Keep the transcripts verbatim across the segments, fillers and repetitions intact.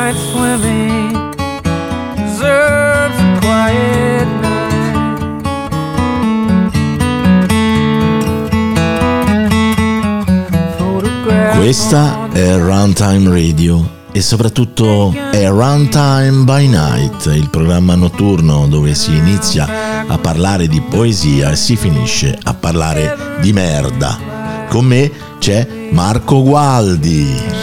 night swimming deserves a quiet night. Photograph. Questa è Runtime Radio e soprattutto è Runtime by Night, il programma notturno dove si inizia a parlare di poesia e si finisce a parlare di merda. Con me c'è Marco Gualdi.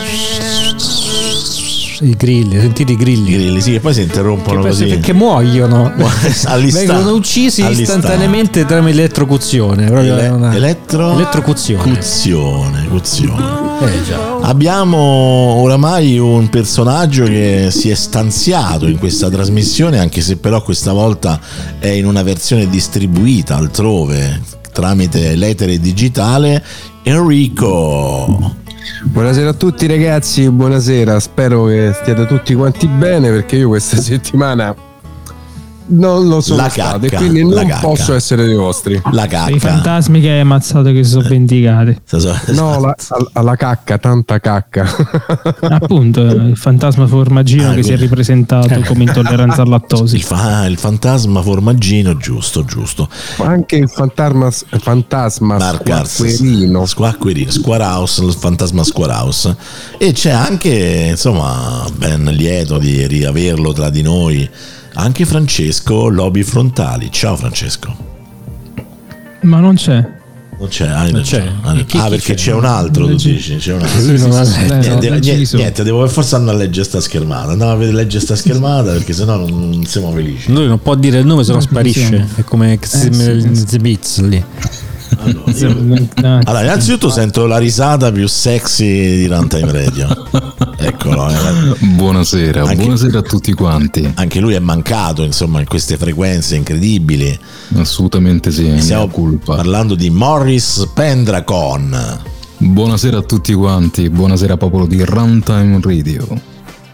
I grilli, sentite i grilli. I grilli, sì, che poi si interrompono che così. Perché muoiono. Vengono uccisi istantaneamente tramite elettrocuzione. Proprio Ele- una... elettro... Elettrocuzione. Cuzione, cuzione. Eh, già. Abbiamo oramai un personaggio che si è stanziato in questa trasmissione, anche se però questa volta è in una versione distribuita altrove tramite l'etere digitale. Enrico. Buonasera a tutti ragazzi, buonasera, spero che stiate tutti quanti bene perché io questa settimana non lo sono La stato cacca, e quindi non cacca. posso essere dei vostri. La cacca. I fantasmi che hai ammazzato che si sono vendicati. No, la, alla cacca, tanta cacca. Appunto, il fantasma formaggino Ah, che si è quello. ripresentato come intolleranza al lattosio. Il, fa- il fantasma formaggino, giusto, giusto. Ma anche il fantasma, fantasma Marcars, squacquerino. Squacquerino, Squarehouse, il fantasma Squarehouse. E c'è anche, insomma, ben lieto di riaverlo tra di noi, anche Francesco Lobi Frontali. Ciao Francesco. Ma non c'è. Non c'è, hai Non ragione. c'è. Ah, E chi- chi perché c'è? c'è un altro, tu Leggi- dici, c'è un altro. Lui non ha sì, sì, letto. sì. Niente, no, leggi niente, su. niente, devo forse andare a leggere sta schermata. Andiamo a vedere leggere sta schermata perché sennò non, non siamo felici. Lui non può dire il nome se no Eh, sparisce. sì. È come sì, sì. Zbitz lì. Allora, io- allora, innanzitutto sento la risata più sexy di Runtime Radio. Eccolo. eh. Buonasera, Anche- buonasera a tutti quanti. Anche lui è mancato, insomma, in queste frequenze incredibili. Assolutamente sì, è Stiamo mia colpa. parlando di Morris Pendracon. Buonasera a tutti quanti, buonasera popolo di Runtime Radio.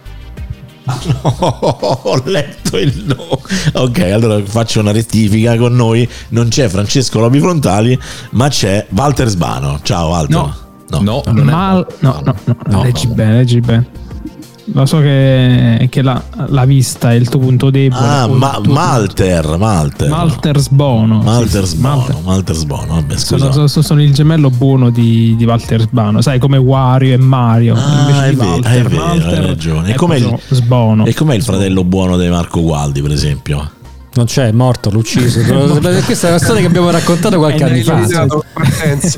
Ho letto il nome. Ok, allora faccio una rettifica con noi. Non c'è Francesco Lobi Frontali, ma c'è Walter Sbano. Ciao Walter. No. no. No, non è- Ma, no, no, no, No, leggi no. bene, leggi bene. Lo so che, che la, la vista è il tuo punto debole. Ah, o il ma, tuo- Malter, Malter. Malter Sbono. Malter Sì, sì, Sbono, Malter. Malter Sbono. Vabbè, scusa. Sono, sono, sono il gemello buono di, di Walter Sbano, sai, come Wario e Mario. Ah, invece è di vero, Walter, è vero, Malter hai ragione. E è com'è il- proprio Sbono. E com'è il fratello buono di Marco Gualdi, per esempio? Non c'è, è morto, l'ho ucciso. Questa è una storia che abbiamo raccontato qualche Eh, anno ne fa. hai Iniziato Partenza.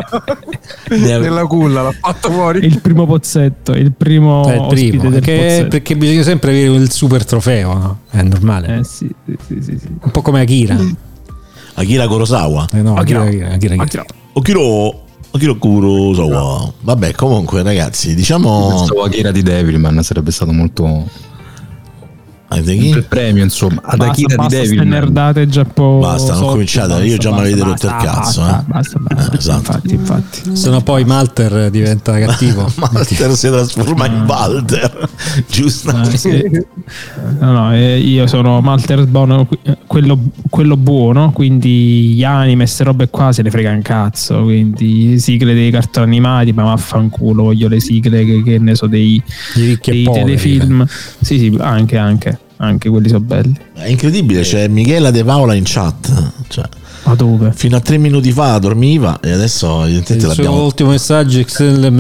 Nella culla l'ha fatto fuori. Il primo pozzetto, il primo, È il ospite primo, del perché, pozzetto. perché bisogna sempre avere il super trofeo, no? È normale. Eh sì, sì, sì, sì, sì. Un po' come Akira. Akira Kurosawa? Eh no, Akira, Akira. Akira, Akira, Akira. Akiro Akira Kurosawa. Vabbè, comunque ragazzi, diciamo Pensavo Akira di Devilman sarebbe stato molto Avete il chi? premio, insomma. Ad Basta, Akira di basta ste Devilman. nerdate già un po' Basta, non sotto, cominciate, basta, io già mi avete basta, rotto il basta, cazzo, basta, eh. basta, basta, Eh, esatto. infatti, infatti. Se no poi Malter diventa cattivo. Malter si trasforma in Walter, giusto? Ah, sì. No, no, eh, io sono Malter Sbono, eh, quello, quello buono, quindi gli anime e ste robe qua se ne frega un cazzo, quindi sigle dei cartoni animati, ma vaffanculo, voglio le sigle che, che ne so dei, Di ricchi e dei poveri. telefilm. Sì, sì, anche, anche, anche quelli sono belli. È incredibile, c'è Michela De Paola in chat. Cioè, Ma dove? fino a tre minuti fa dormiva e adesso evidentemente Il suo l'abbiamo. ultimo messaggio è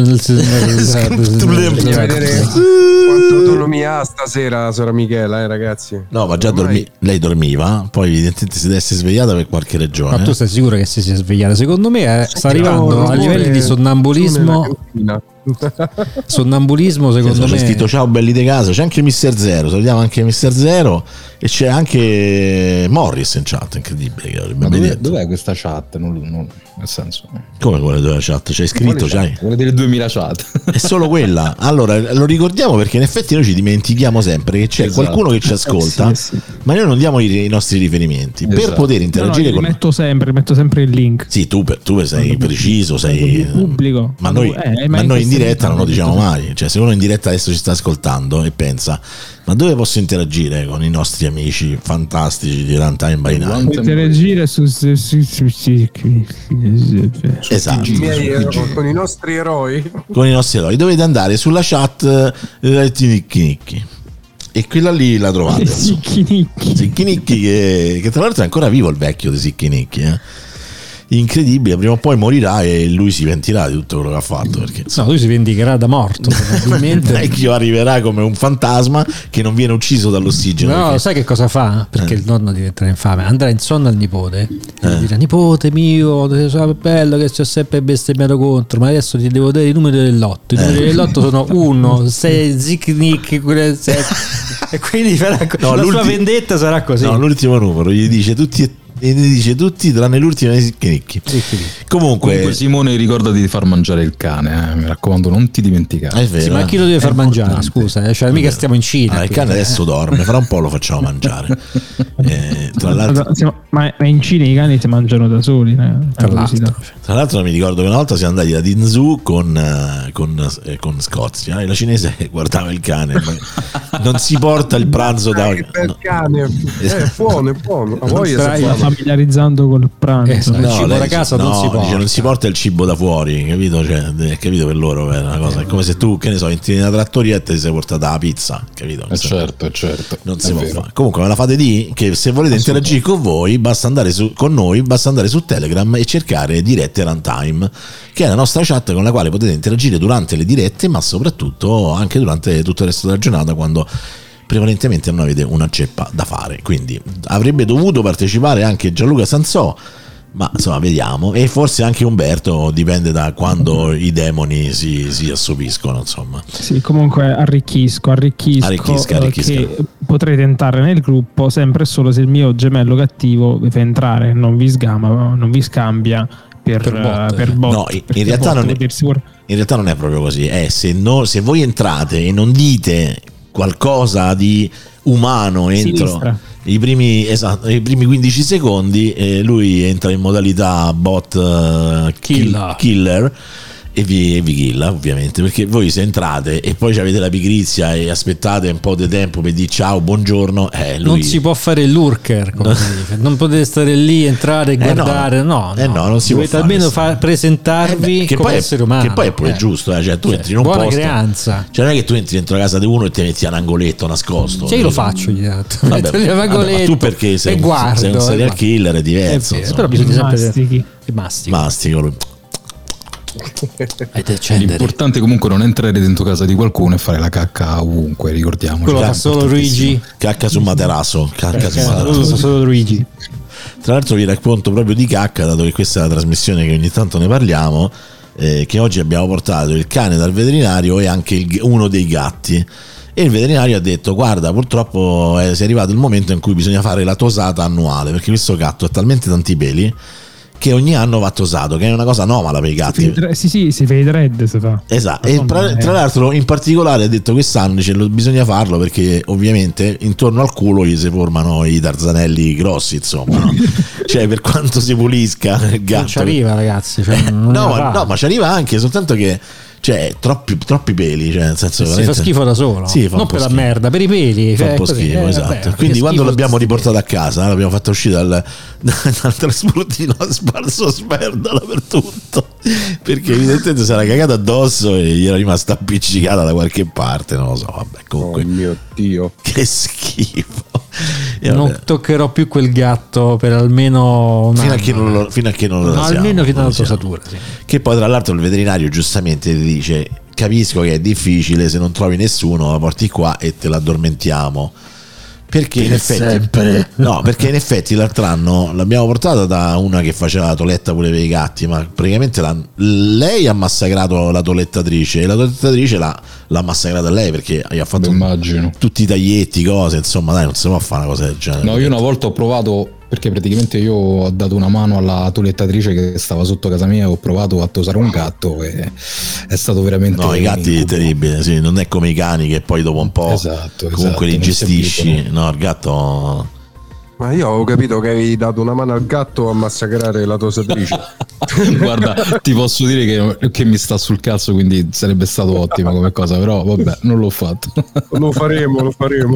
Bisogna vedere quanta autonomia ha stasera Sora Michela, eh, ragazzi. No, ma già Ormai- dormi... lei dormiva, poi evidentemente si deve essere svegliata per qualche ragione. Ma tu stai sicuro che si sia svegliata? Secondo me eh, sta arrivando No, a livelli di sonnambulismo. Sonnambulismo, Sì, secondo c'è me. scritto ciao belli di casa, c'è anche mister Zero, salutiamo anche mister Zero e c'è anche Morris in chat, incredibile che l'avrebbe Ma mai dov'è, detto. dov'è questa chat? Non, non- nel senso, Come quella della chat? C'hai scritto, c'hai? quella delle duemila chat. È solo quella. Allora lo ricordiamo perché in effetti noi ci dimentichiamo sempre che c'è Esatto. qualcuno che ci ascolta, Sì, sì. ma noi non diamo i, i nostri riferimenti per Esatto. poter No, no, interagire li con. metto sempre, metto sempre il link. Sì, tu, per- tu sei preciso, sei. Pubblico. Ma noi, Eh, ma noi in questi diretta non lo diciamo mai. Cioè, se uno in diretta adesso ci sta ascoltando e pensa, ma dove posso interagire con i nostri amici fantastici di Runtime by Night? Interagire su, su, su, su, su esatto, su, con i nostri eroi. Con i nostri eroi dovete andare sulla chat eh, Nicchi Nicchi. E quella lì la trovate. Sicchi Nicchi. Sicchi Nicchi che, che tra l'altro è ancora vivo il vecchio di Sicchi Nicchi, eh? Incredibile, prima o poi morirà e lui si pentirà di tutto quello che ha fatto, perché no, lui si vendicherà da morto probabilmente. Vecchio arriverà come un fantasma che non viene ucciso dall'ossigeno. No, perché... sai che cosa fa? Perché eh. il nonno diventerà infame, andrà in sonno al nipote e eh. gli dirà: nipote mio, so bello che ci ho sempre bestemmiato contro, ma adesso ti devo dare i numeri del lotto. I numeri eh. del lotto sono uno, sei, zicnic, e quindi farà co- no, la sua vendetta sarà così. No, l'ultimo numero gli dice tutti e e ne dice tutti tranne l'ultimo Nicchi. Comunque, Comunque Simone, ricordati di far mangiare il cane, eh? Mi raccomando, non ti dimenticare. È vero, sì, ma eh? chi lo deve È far mangiare? importante. Scusa, cioè mica stiamo in Cina. Ah, il cane adesso dorme, fra un po' lo facciamo mangiare. Eh, tra l'altro, ma in Cina i cani si mangiano da soli, eh? Tra l'altro. Tra l'altro mi ricordo che una volta siamo andati da Dinzu con, con, eh, con Scozia e la cinese guardava il cane, non si porta il pranzo da... Che bel cane, è buono, è buono. A voi stai familiarizzando col pranzo. Esatto. No, il cibo lei, da casa no, non si porta. Dice, non si porta il cibo da fuori, capito? Cioè, è capito per loro è una cosa. È come se tu, che ne so, entri nella trattoria e ti sei portata la pizza, capito? Eh certo, certo. Non si è può vero. fare. Comunque me la fate di che se volete interagire con voi, basta andare su, con noi, basta andare su Telegram e cercare dirette Runtime, che è la nostra chat con la quale potete interagire durante le dirette, ma soprattutto anche durante tutto il resto della giornata, quando prevalentemente non avete una ceppa da fare. Quindi avrebbe dovuto partecipare anche Gianluca Sansò, ma insomma vediamo, e forse anche Umberto, dipende da quando i demoni si, si assopiscono, insomma. Sì, comunque arricchisco, arricchisco, Arricchisca, arricchisca. che potrete entrare nel gruppo sempre e solo se il mio gemello cattivo deve entrare, non vi sgama, non vi scambia per, Per bot. per bot. No, in, in perché realtà bot non è, vuol dire sicur- in realtà non è proprio così. È se, no, se voi entrate e non dite qualcosa di umano entro Sinistra. i primi, esatto, i primi quindici secondi, eh, lui entra in modalità bot uh, Killer. killer e vi, e vi killa, ovviamente, perché voi se entrate e poi avete la pigrizia e aspettate un po' di tempo per dire ciao, buongiorno, eh, lui... non si può fare il lurker, come si dice. Non potete stare lì, entrare e Eh no. guardare, no, Eh no, non si dovete può fare almeno questo. fa- presentarvi Eh beh, che come poi è- essere umano. che poi è pure Eh. giusto, eh, cioè tu Cioè, entri in un buona posto, creanza. cioè non è che tu entri dentro la casa di uno e ti metti a un angoletto nascosto. Cioè io lo faccio ogni tanto. Vabbè, Metto lì vabbè, ma l'angoletto tu perché sei e un, guardo, sei un e serial guardo. killer, è diverso, Eh, insomma. però bisogna sempre Mastichi. i mastico. Mastico lui. Ed accendere. L'importante comunque è non entrare dentro casa di qualcuno e fare la cacca ovunque, ricordiamoci. Quello fa solo Luigi. Cacca su materasso, cacca su Eh, materasso. lo fa solo Luigi. Tra l'altro vi racconto proprio di cacca, dato che questa è la trasmissione che ogni tanto ne parliamo, eh, che oggi abbiamo portato il cane dal veterinario e anche il- uno dei gatti. E il veterinario ha detto: guarda, purtroppo è, si è arrivato il momento in cui bisogna fare la tosata annuale, perché questo gatto ha talmente tanti peli che ogni anno va tosato, che è una cosa anomala per i gatti. Fade- sì, sì, si fade red si fa. Esatto, e Madonna, tra, eh. tra l'altro in particolare ha detto quest'anno dice, lo- bisogna farlo perché ovviamente intorno al culo gli si formano i tarzanelli grossi, insomma, no? Cioè per quanto si pulisca il gatto Non ci arriva, ragazzi. Cioè, non no, la ma, fa. no, ma ci arriva anche, soltanto che cioè troppi, troppi peli, cioè nel senso si fa veramente- schifo da solo, Sì, fa un non po' per la schifo. merda, per i peli. Fa cioè, un po' così, schifo, eh, esatto. vabbè, Quindi che quando schifo l'abbiamo sti riportato a casa, l'abbiamo fatta uscire dal, dal trasportino, ha sparso smerda dappertutto, perché evidentemente si era cagata addosso e gli era rimasta appiccicata da qualche parte, non lo so, vabbè, Oh comunque mio Dio. che schifo. E non vabbè, toccherò più quel gatto per almeno un fino a anno. che non lo, fino a che non lo No, rasiamo, almeno fino non alla lo siamo. tosatura, sì. Che poi tra l'altro il veterinario giustamente ti dice: capisco che è difficile, se non trovi nessuno la porti qua e te l'addormentiamo, perché in Per effetti sempre. no, perché in effetti l'altro anno l'abbiamo portata da una che faceva la toeletta pure per i gatti, ma praticamente la- lei ha massacrato la toelettatrice e la toelettatrice l'ha, l'ha massacrata lei perché gli ha fatto Immagino. tutti i taglietti, cose, insomma dai, non si può fare una cosa del genere. No, io una volta ho provato, perché praticamente io ho dato una mano alla toilettatrice che stava sotto casa mia, ho provato a tosare un gatto e è stato veramente No, i un gatti è incubo. terribile, sì, non è come i cani che poi dopo un po' Esatto, comunque esatto, li non si gestisci. abituano. No, il gatto Ma io avevo capito che avevi dato una mano al gatto a massacrare la tosatrice. Guarda, ti posso dire che, che mi sta sul cazzo, quindi sarebbe stato ottimo come cosa, però vabbè, non l'ho fatto. Lo faremo, lo faremo.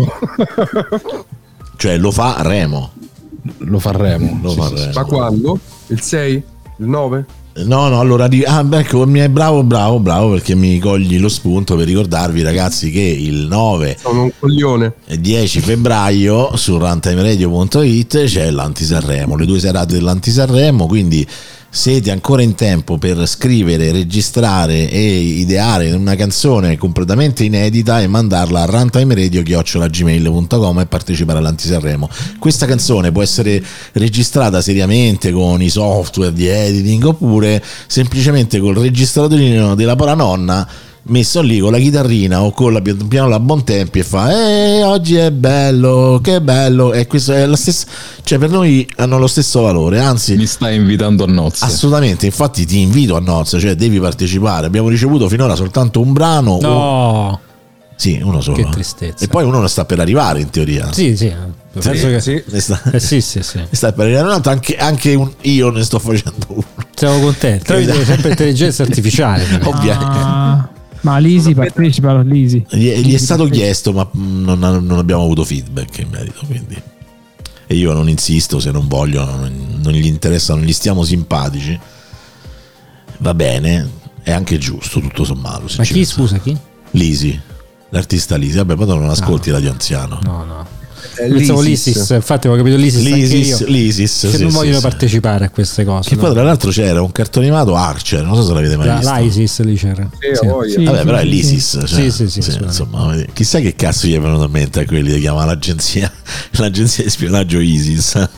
Cioè lo fa Remo. Lo faremo. Lo sì, fa sì, Remo. Ma quando? Il sei? Il nove? No, no, allora di- ah, beh, ecco, mi è bravo, bravo, bravo perché mi cogli lo spunto per ricordarvi, ragazzi, che il nove Sono un coglione. e dieci febbraio su runtimeradio punto it c'è l'Anti-Sanremo, le due serate dell'Anti-Sanremo, quindi siete ancora in tempo per scrivere, registrare e ideare una canzone completamente inedita e mandarla a runtimeradio chiocciola gmail punto com e partecipare all'Anti-Sanremo. Questa canzone può essere registrata seriamente con i software di editing oppure semplicemente col registratorino della paranonna messo lì con la chitarrina o con la pianola a buon tempi e fa eh, oggi è bello, che bello, e questo è la stessa, cioè per noi hanno lo stesso valore, anzi Mi stai invitando a nozze. assolutamente, infatti ti invito a nozze, cioè devi partecipare. Abbiamo ricevuto finora soltanto un brano, No, un- sì, uno solo, che tristezza. e poi uno ne sta per arrivare in teoria. Sì, sì, penso che Sì. Ne sta, Eh, sì, sì, sì. ne sta per arrivare un altro, anche, anche un- io ne sto facendo uno. Siamo contenti. Tramite sempre intelligenza artificiale. Ovviamente. Ah, ma Lisi partecipa a Lisi. Gli, gli è stato chiesto, ma mh, non, non abbiamo avuto feedback in merito, quindi. E io non insisto, se non vogliono, non, non gli interessa, non gli stiamo simpatici. Va bene, è anche giusto, tutto sommato. se Ma ci chi, pensate. scusa, chi? Lisi, l'artista Lisi. Vabbè, poi non ascolti Radio Anziano. No, no. È Pensavo l'Isis. l'Isis, infatti avevo capito l'Isis, anche L'Isis, io, l'Isis, che sì, non sì, vogliono sì. partecipare a queste cose. Che poi no? tra l'altro c'era un cartone animato Archer, non so se l'avete mai La- visto. L'Isis lì c'era. Sì, Sì. a voglia. Sì. Vabbè, però è l'Isis, cioè, Sì, sì, sì, sì, sicuramente. insomma, vedi, chissà che cazzo gli è venuto in mente a quelli che chiama l'agenzia, l'agenzia di spionaggio ISIS.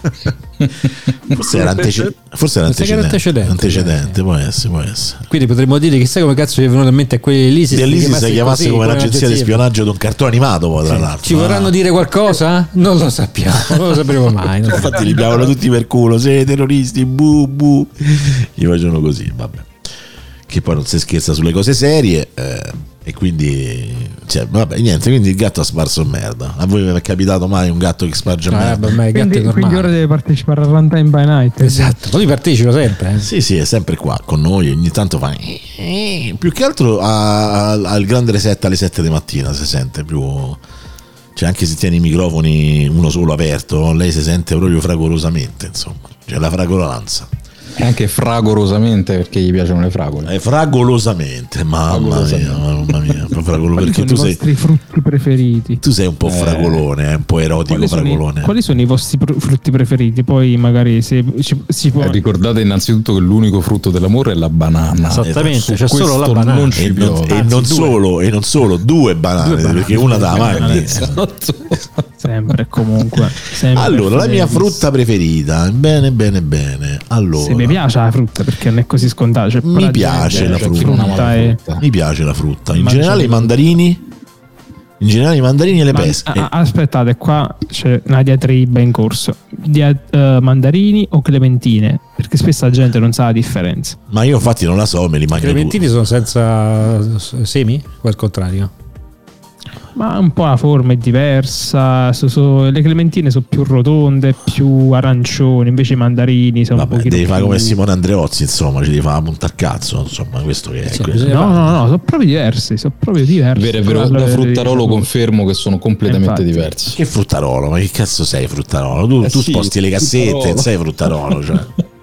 Forse era, antece- forse era Pensa che era antecedente, antecedente, antecedente, può essere, può essere. Quindi potremmo dire, chissà come cazzo gli è venuto in mente a quelli dell'Isis. Dell'ISIS di si chiamasse così, come l'agenzia di un'agenzia. spionaggio di un cartone animato, poi, tra Sì. l'altro. Ci vorranno Ah. dire qualcosa? Non lo sappiamo, non lo sapremo mai. non- Infatti li piavano tutti per culo, siete terroristi, bu bu. Gli facevano così, vabbè. Che poi non si scherza sulle cose serie, eh, e quindi, cioè, vabbè, niente, quindi il gatto ha sparso merda. A voi vi è capitato mai un gatto che sparge No, merda? vabbè, ma il gatto è Quindi, quindi normale. ora deve partecipare a Runtime by Night. Esatto, ma lui partecipa sempre. Eh? Sì, sì, è sempre qua con noi, ogni tanto fa più che altro ha- ha- al grande reset alle sette di mattina si sente più, cioè anche se tiene i microfoni uno solo aperto, lei si sente proprio fragorosamente, insomma, c'è la fragolanza. E anche fragorosamente perché gli piacciono le fragole. È fragolosamente, mamma mia, mamma mia, un po' fragolo, Quali perché sono tu i sei, vostri frutti preferiti? tu sei un po' Eh. fragolone, eh, un po' erotico Quali sono, i, fragolone. quali sono i vostri pr- frutti preferiti? Poi magari se ci, si può... Eh, ricordate innanzitutto che l'unico frutto dell'amore è la banana. Esattamente, Su c'è solo la questo banana. non ci E non, piove. e non solo, e non solo, due banane, Due banane. perché una da mangi. Esatto. Sempre e comunque. Sempre Allora, la mia fedelis. frutta preferita, bene, bene, bene. Allora, Se mi piace la frutta perché non è così scontato. Cioè, Mi però piace gente- la cioè, frutta. Chi non ama frutta la è- frutta? mi piace la frutta. In Mangio generale i di- mandarini, in generale i mandarini e le Ma- pesche. ah, aspettate, qua c'è una diatriba in corso. Dia- eh, mandarini o clementine? Perché spesso la gente non sa la differenza. Ma io infatti non la so, me li I mangio clementini tutti. sono senza semi o al contrario? Ma un po' la forma è diversa. so- so- le clementine sono più rotonde, più arancioni, invece i mandarini sono un Vabbè, pochino devi fare più- come Simone Andreozzi, insomma, ci devi fare la punta al cazzo, insomma, questo che è. Sì, questo. bisogna- No, no, no, sono proprio diversi. Sono proprio diversi. Vero, è vero, Allora, da fruttarolo diciamo- confermo che sono completamente Infatti. diversi. Che fruttarolo? Ma che cazzo sei fruttarolo? Tu, Eh tu sì, sposti le cassette, fruttarolo. non sei fruttarolo, cioè.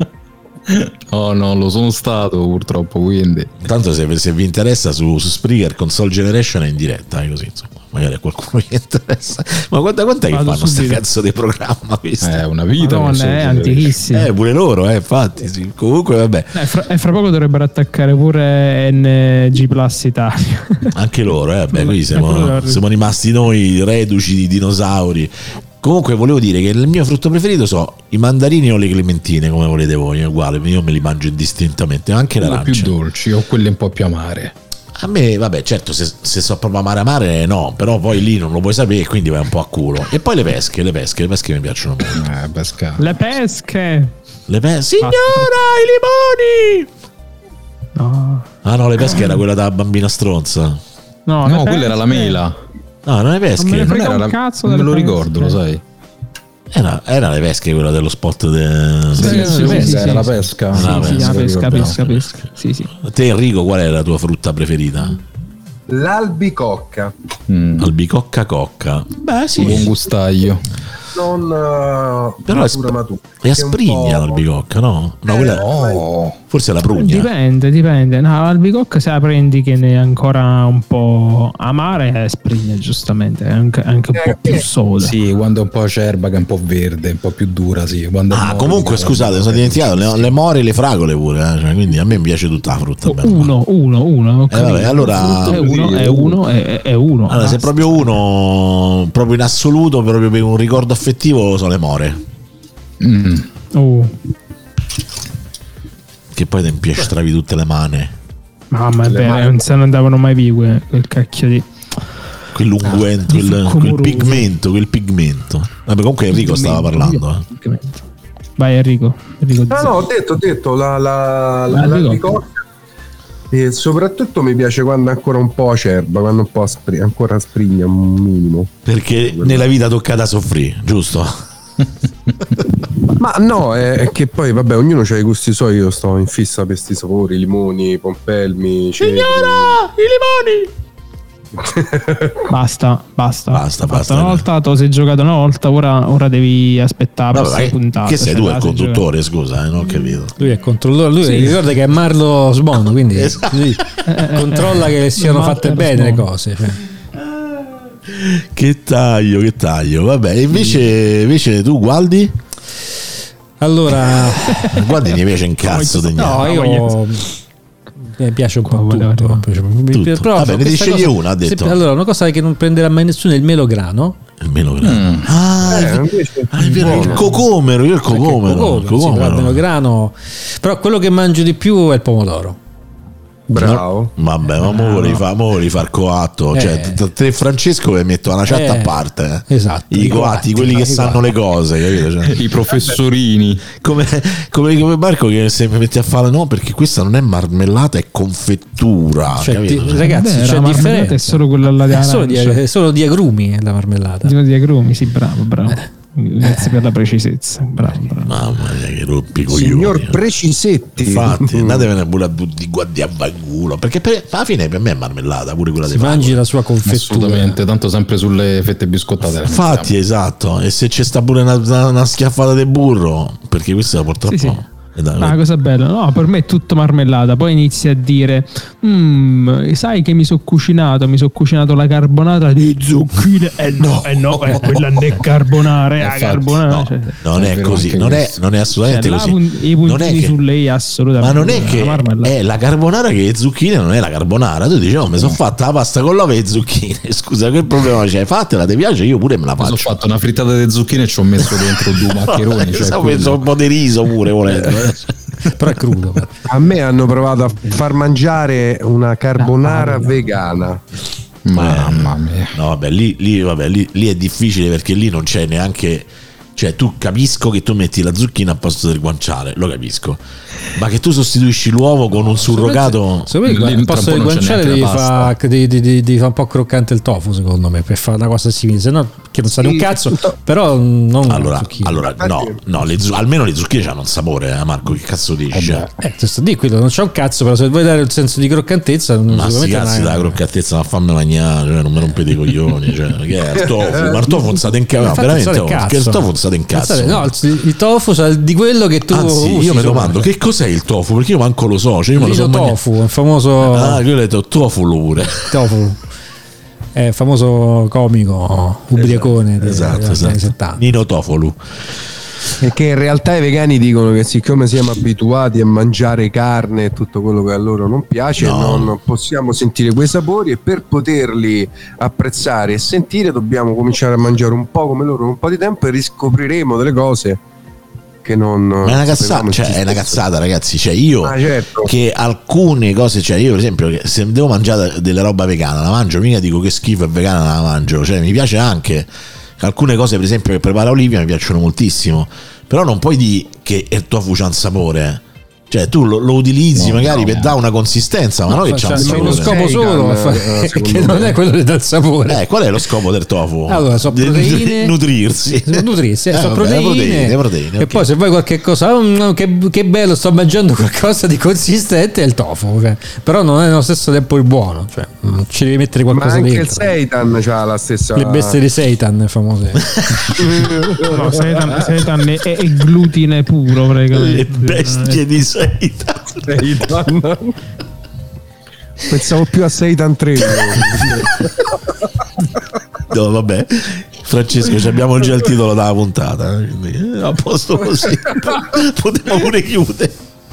No, no, lo sono stato purtroppo, quindi. Tanto se, se vi interessa su, su Spreaker Console Generation è in diretta, eh, così insomma, magari a qualcuno gli interessa. Ma quanta, quant'è che Vado fanno sta subito. cazzo di programma questo? È una vita. non so Madonna, è se- antichissimo. Eh, pure loro, eh, infatti, sì. Comunque vabbè, Eh, fra, e fra poco dovrebbero attaccare pure N G Plus Italia. anche loro, eh, beh, qui Eh, siamo, quello- siamo rimasti noi reduci di dinosauri. Comunque volevo dire che il mio frutto preferito sono i mandarini o le clementine, come volete voi, è uguale, io me li mangio indistintamente, anche Quelle più l'arancia. dolci o quelle un po' più amare. A me, vabbè, certo, se, se so proprio amare amare, no, però poi lì non lo puoi sapere, quindi vai un po' a culo. E poi le pesche, le pesche, le pesche mi piacciono molto. Eh, pesca. Le pesche. Le pesche, signora, i limoni! No, Ah no, le pesche era quella da bambina stronza. no, No, le quella era la pesche- mela. No, non le pesche. Non me ne Non frega era un la- cazzo me delle lo pesche. ricordo, lo sai. Era, era le pesche quella dello spot de... Sì, sì, sì, sì, sì, era la sì. pesca. Sì, Ah, sì, pesca, la pesca, ricordiamo. pesca, pesca. Sì, sì. Te Enrico, qual è la tua frutta preferita? L'albicocca. Mm. Albicocca cocca. Beh sì, Buon gustaio. Non uh, però è, matura, sp- matura. è Che un asprigna po'- l'albicocca, no? No, Eh, quella Oh. forse è la prugna. Dipende, dipende. No, l'albicocca se la prendi che ne è ancora un po' amare è sprigna, giustamente, è anche, anche un po' più soda. Sì, quando è un po' acerba, che è un po' verde, un po' più dura, sì. Quando è Ah, morbida, comunque scusate, mi sono dimenticato le, le more e le fragole pure, eh? Cioè, quindi a me piace tutta la frutta. bene. Uno, uno, uno. ho Eh, vabbè, capito. allora- è uno, è uno, è, è uno. Allora, se Basta. proprio uno, proprio in assoluto, proprio per un ricordo affettivo, sono le more. Mm. Oh, Che poi ti impiastravi tutte le mani. mamma è Le vero, mani. non se ne andavano mai via quel, quel cacchio di Quell'unguento, Ah, quel, succo quel moroso. pigmento, quel pigmento. Vabbè, comunque Enrico stava parlando. Eh. Vai Enrico, Enrico No, no, ho detto, ho detto la, la, la, L'albicocca. l'albicocca. E soprattutto mi piace quando è ancora un po' acerba, quando un po' aspri- ancora sprigna un minimo. Perché nella vita tocca da soffrire, giusto? Ma no, è che poi vabbè, ognuno ha i gusti suoi, io sto in fissa per questi sapori, limoni, pompelmi, cedri. i limoni! Basta, basta. Basta, basta. Una volta tu sei giocato una volta, ora, ora devi aspettare la Vabbè, prossima che- puntata. che sei cioè, tu la il sei conduttore, scusa, eh, non ho capito. Lui è il controllore, lui Sì. ricorda che è Marlo Sbono, quindi Esatto. lui controlla che siano Marlo fatte bene le Sbono. cose. Cioè. Che taglio, che taglio. Vabbè, invece, invece tu Gualdi? Allora, Gualdi ne piace un cazzo di no, niente. io mi piace un po' Qua, tutto. guarda, Mi piace- mi Tutto. piace- però Vabbè, ne questa scegli cosa- una, ha detto. se- allora, una cosa che non prenderà mai nessuno è il melograno. Il melograno. Ah, Eh, è- invece ah, è vero, il buono. cocomero, io il Perché cocomero. il cocomero, sì, però il cocomero. melograno. Però quello che mangio di più è il pomodoro. Bravo. Vabbè, ma mo volevi fare mo volevi far coatto. Eh. Cioè, t- te e Francesco vi metto una chat Eh, a parte. eh. esatto, I i coatti, coatti, quelli che i sanno coatti. le cose, capito? Cioè, I professorini. come, come, come Marco che se mi metti a fare no, perché questa non è marmellata, è confettura. Cioè, capito? ti- Cioè, ragazzi, Beh, c'è la marmellata differenza. è solo quella là di È solo di, arancia. è solo di agrumi eh, la marmellata. Di agrumi, sì, bravo, bravo. Grazie per la precisezza. Bravo, bravo. Mamma mia, che rompi i coglioni. Signor eh. Precisetti. Infatti, andatevene pure a tutti guardi a vanculo. Perché per, alla fine per me è marmellata, pure quella Si di mangi la sua confettura. Assolutamente, tanto sempre sulle fette biscottate. Infatti, esatto. E se c'è sta pure una, una, una schiaffata di burro, perché questa purtroppo. Sì, sì. E dai, Ah, cosa bella, no, per me è tutto marmellata. Poi inizi a dire: "Mm, sai che mi sono cucinato? Mi sono cucinato la carbonara di zucchine." Eh no, eh no, eh, quella non è carbonara, è la Infatti, carbonara. no, Cioè, non È è vero così, anche non è, questo. non è assolutamente cioè, la così. pun- i Non è puntini che- su lei assolutamente. ma non è la che marmellata. è la carbonara che le zucchine non è la carbonara. Tu dici, oh, mi sono fatta la pasta con l'uovo e le zucchine. Scusa, che problema c'è? Fatela, ti piace? Io pure me la Mi sono faccio. fatto una frittata di zucchine e ci ho messo dentro due maccheroni. Cioè Stavo quello. messo un po' di riso pure volendo. Però è crudo. però. A me hanno provato a far mangiare una carbonara vegana. Mamma mia. No, vabbè, lì, lì, vabbè, lì, lì è difficile perché lì non c'è neanche. Cioè, tu capisco che tu metti la zucchina al posto del guanciale, lo capisco. Ma che tu sostituisci l'uovo con un surrogato. Secondo me Lì al posto tra del un po' non c'è guanciale devi neanche la fare pasta. devi, devi- devi fare un po' croccante il tofu, secondo me, per fare una cosa simile. Se no, che non sa di un Sì, cazzo, tutto- però non Allora, zucchine. allora no, no le zu- almeno le zucchine hanno un sapore, eh, Marco. Che cazzo dici? Cioè, Eh, ti sto a dire, quello non c'è un cazzo, però se vuoi dare il senso di croccantezza, non ma sti sicuramente cazzi non è- della croccantezza, ma fammi mangiare, cioè, non mi rompete i coglioni. Cioè, che è il tofu? Ma il tofu non sa in cazzo, no, Infatti, veramente. non sa oh, del che il cazzo. tofu non sa in cazzo. Pensate, no, il, il tofu sa di quello che tu Anzi, usi io mi sopra. domando che cos'è il tofu, perché io manco lo so. Cioè, io me lo Lino so mangiato. tofu, il famoso Ah, io ho detto tofu pure. tofu, è il famoso comico ubriacone dei- Esatto, degli anni esatto. settanta. Nino Tofolu. E che in realtà i vegani dicono che siccome siamo abituati a mangiare carne e tutto quello che a loro non piace, No. non possiamo sentire quei sapori e per poterli apprezzare e sentire dobbiamo cominciare a mangiare un po' come loro un po' di tempo e riscopriremo delle cose che non... Ma è una cazzata, cioè, è una cazzata, ragazzi. Cioè, io Ah, certo. che alcune cose, cioè, io per esempio, che se devo mangiare delle roba vegana, la mangio, mica dico che schifo è vegana, la mangio. Cioè, mi piace anche alcune cose, per esempio, che prepara Olivia mi piacciono moltissimo. Però non puoi dire che il tofu c'ha un sapore. Cioè, Cioè tu lo, lo utilizzi No, magari no. per dare una consistenza, ma non che c'ha un C'è uno sapore. scopo solo a fare- Seitan, eh, che secondo non me. è quello che dà il sapore. Eh, qual è lo scopo del tofu? Allora, so Di proteine- nutrirsi. Nutrirsi, eh, Eh, so vabbè, proteine, proteine, proteine, e ok. poi se vuoi qualche cosa, "Mm, che, che bello, sto mangiando qualcosa di consistente, è il tofu, ok? Però non è allo stesso tempo il buono, cioè mm, ci devi mettere Ma qualcosa anche il dentro. Seitan c'ha la stessa. Le bestie di Satan famose. No, seitan, seitan è, è glutine puro praticamente. Le bestie di Seitan. Seitan. Pensavo più a Seitan tre. No, vabbè. Francesco, ci abbiamo già il titolo della puntata, eh, quindi eh, a posto così. Potremmo pure chiudere.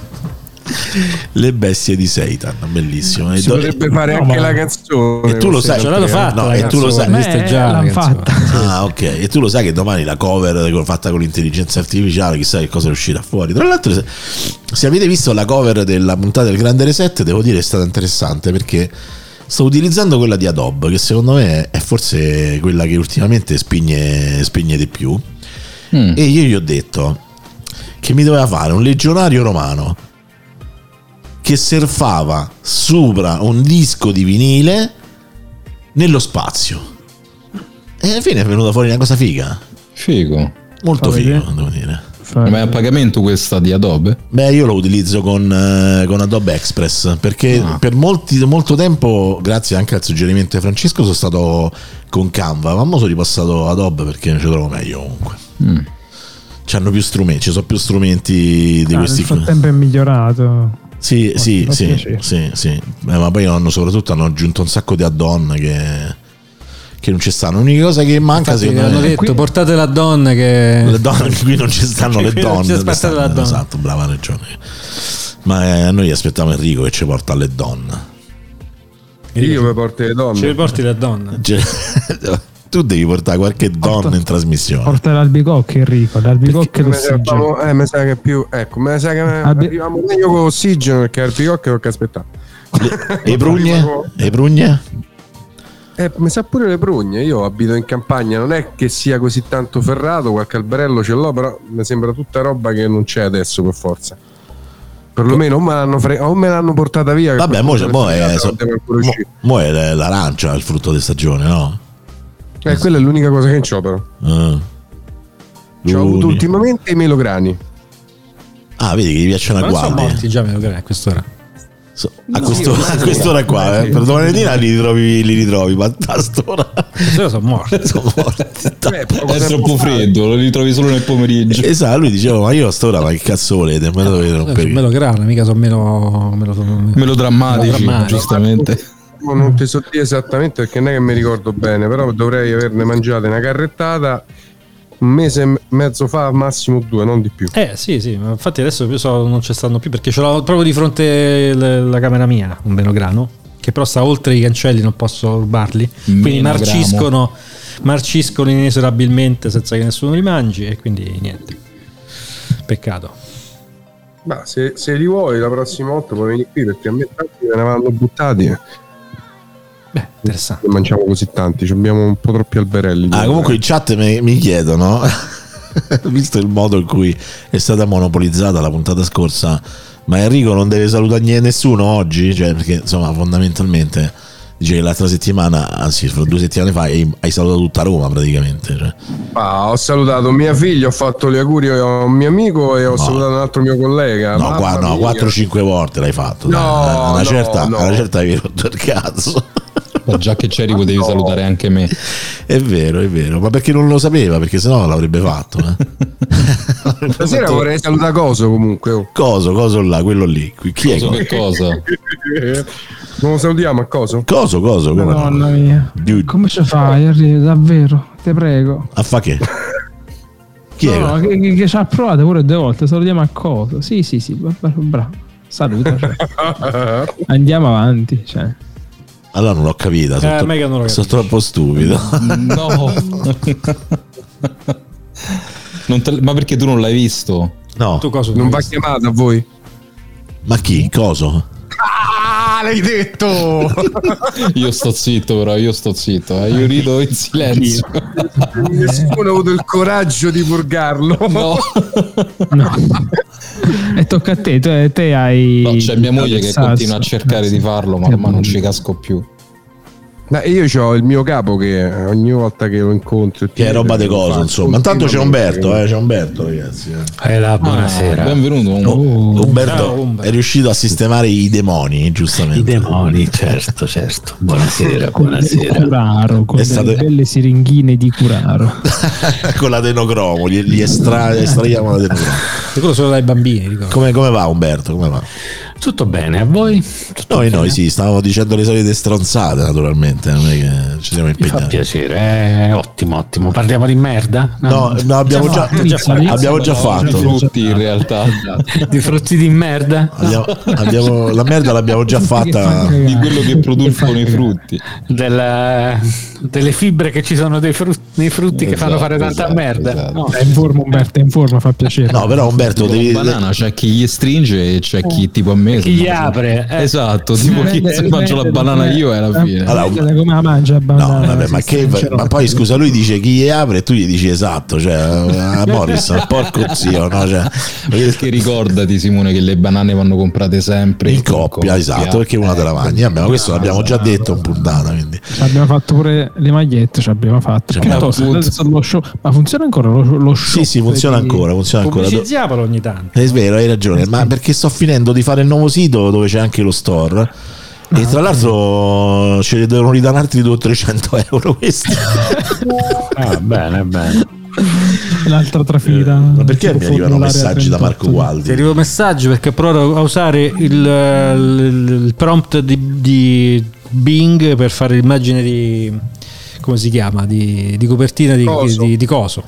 Le bestie di Seitan, bellissimo. Si E do- potrebbe fare No, anche ma- la canzone. E tu lo sai, Ce l'hanno fatta, no, la e tu lo canzone, sai, esiste Eh, già la l'hanno canzone. fatta. Ah, ok. E tu lo sai che domani la cover fatta con l'intelligenza artificiale, chissà che cosa uscirà fuori. Tra l'altro, se, se avete visto la cover della puntata del Grande Reset, devo dire è stata interessante perché sto utilizzando quella di Adobe, che secondo me è forse quella che ultimamente spigne, spigne di più. Mm. E io gli ho detto che mi doveva fare un legionario romano che surfava sopra un disco di vinile nello spazio. E alla fine è venuta fuori una cosa figa. Figo. Molto Fa figo, vedere. devo dire. Ma è a pagamento questa di Adobe? Beh, io lo utilizzo con, eh, con Adobe Express perché Ah. per molti, molto tempo, grazie anche al suggerimento di Francesco, sono stato con Canva, ma mo sono ripassato Adobe perché ci trovo meglio comunque. Mm. C'hanno più strumenti, ci sono più strumenti di Ah, questi. nel frattempo è migliorato. Sì, sì, fa sì, piacere. sì, sì. Eh, ma poi hanno soprattutto hanno aggiunto un sacco di add-on che, che non ci stanno. L'unica cosa che manca Infatti secondo hanno me detto portate la donna che le donne, qui non ci stanno le Qui non donne. ci aspettate la donna. Esatto, brava ragione. Ma eh, noi aspettiamo Enrico che ci porta alle donne. Io mi porto le ci donne. riporti la donna. Cioè, tu devi portare qualche donna in trasmissione. Porta l'albicocche Enrico, l'albicocche e Mi sa, l'ossigeno. eh, mi sa che più. Ecco, mi sa che Ah, Abbi- arriviamo meglio con l'ossigeno perché al picocche tocca aspettare. E prugne? E prugne? Eh, mi sa pure le prugne. Io abito in campagna, non è che sia così tanto ferrato, qualche alberello ce l'ho, però mi sembra tutta roba che non c'è adesso per forza. Perlomeno o me l'hanno, fre- o me l'hanno portata via. che Vabbè, mo, qualcuno mo se ne è, frega, so- non deve ancora mo- uscire. mo è l'arancia il frutto di stagione, no? Eh, quella è l'unica cosa che c'ho, però. Ah. C'ho avuto Luni. ultimamente i melograni. Ah, vedi che gli piacciono Ma a non sono guardi. morti già me a quest'ora. So- a, questo, a quest'ora qua, eh, per domani mattina li ritrovi, li ritrovi, ma a st'ora Quest'ora sono morti. sono morti. Beh, poco È tempo troppo fa- freddo, lo ritrovi solo nel pomeriggio. Esatto, lui diceva, ma io a st'ora, ma che cazzo volete? Me lo dovete Sono rompere. meno grana, mica sono meno meno, Melodrammatici, Melodrammatici. giustamente. Non ti so dire esattamente perché non è che mi ricordo bene, però dovrei averne mangiate una carrettata un mese e mezzo fa, massimo due, non di più. Eh sì, sì, ma infatti adesso io so, non ci stanno più perché ce l'ho proprio di fronte l- la camera mia, un melograno, che però sta oltre i cancelli, non posso rubarli, quindi Menogramo. marciscono, marciscono inesorabilmente senza che nessuno li mangi e quindi niente. Peccato. Ma se, se li vuoi la prossima volta puoi venire qui perché a me tanti me ne vanno buttati. Beh, interessante. Ne mangiamo così tanti, ci abbiamo un po' troppi alberelli. Ah, comunque in chat mi, mi chiedono, visto il modo in cui è stata monopolizzata la puntata scorsa, ma Enrico non deve salutare niente nessuno oggi? Cioè, perché insomma fondamentalmente dice che l'altra settimana, anzi due settimane fa, hai, hai salutato tutta Roma praticamente. Cioè. Ah, ho salutato mia figlia, ho fatto gli auguri a un mio amico e ho salutato un altro mio collega. No, qua, Mamma no, mia. quattro cinque volte l'hai fatto. No, dai. Una, no, certa, no. una certa avevi rotto il cazzo. Ma già che c'eri potevi no. salutare anche me. È vero, è vero, ma perché non lo sapeva? Perché sennò l'avrebbe fatto. Eh. Stasera vorrei salutare Coso comunque. Oh. Coso, coso là, quello lì. Chi è? So che cosa? Non lo salutiamo a Coso? Coso, coso, come no? Madonna mia. Dude. Come ci fai, Enrico? Davvero? Ti prego. A fa che? Chi è? No, che, che, che ci ha provato pure due volte. Salutiamo a cosa? Sì, sì, sì. bra- bra- Bravo. Saluta. Cioè. Andiamo avanti. Cioè. Allora non l'ho capita, sono, Eh, tro- meglio non lo sono capisco. troppo stupido. No. Non te- ma perché tu non l'hai visto? No, Tu cosa Non va chiamata a voi? ma chi? Coso? Ah, l'hai detto. Io sto zitto, però io sto zitto, eh. Io rido in silenzio. Nessuno ha avuto il coraggio di purgarlo. No. No. E tocca a te, te, te hai. No, c'è mia moglie che Sasso. continua a cercare di farlo, ma ormai non ci casco più. No, io ho il mio capo che ogni volta che lo incontro Che è roba de coso, insomma. Intanto c'è Umberto, eh, c'è Umberto, ragazzi. Eh. Eh, la buonasera. Ah, benvenuto. Oh, Umberto Ciao, Umberto. è riuscito a sistemare i demoni, giustamente. I demoni, certo, certo. Buonasera, Con del buonasera. Curaro, con È delle stato- belle siringhine di Curaro. Con l'adenocromo, gli, gli estra- estraiamo l'adenocromo. Sicuro solo dai bambini, ricordo. Come, come va Umberto? Come va? Tutto bene, a voi? Tutto Noi, bene? noi sì, stavamo dicendo le solite stronzate, naturalmente, non è che ci siamo Mi fa impegnati. piacere, eh, ottimo, ottimo. Parliamo di merda? No, no, abbiamo già, Inizia, inizia. abbiamo già Di fatto. frutti in realtà. Di frutti di merda? Abbiamo- abbiamo- la merda l'abbiamo già fatta. Di quello che producono i frutti. Della- delle fibre che ci sono dei frutti, nei frutti che fanno Esatto, fare tanta esatto, merda. esatto. No. È in forma, Umberto, è in forma, fa piacere. No, però Umberto Con devi. banana c'è chi gli stringe e c'è chi tipo a me. Chi gli apre? Eh. Esatto, tipo chi Dipende- si mangia la dipende- banana io e alla fine. Allora, Dipende da come la mangia la No, banana, vabbè, ma, si che, stringerò. ma poi scusa, lui dice chi gli apre e tu gli dici esatto, cioè a Morris, porco zio, no? Cioè, Perché ricordati Simone che le banane vanno comprate sempre in coppia, esatto, perché una te la mangi. Vabbè, ma questo l'abbiamo già detto in puntata, quindi. Ci abbiamo fatto pure le magliette, ci abbiamo fatto. Ci Piuttosto, abbiamo- adesso lo show- ma funziona ancora lo, lo show? Sì, sì, funziona ancora, funziona ancora. Pubblicizziamolo ogni tanto. È vero, hai ragione, ma perché sto finendo di fare il nuovo sito dove c'è anche lo store. E tra l'altro ce ne devono ridare altri duecento trecento euro questi. Ah, bene, bene. L'altra trafila. Ma perché mi tipo arrivano formulario a messaggi da Marco trentotto. Ti Gualdi? arriva un messaggio perché provo a usare il, il- il prompt di, di Bing per fare l'immagine di, come si chiama, di, di copertina di Coso. di, di coso.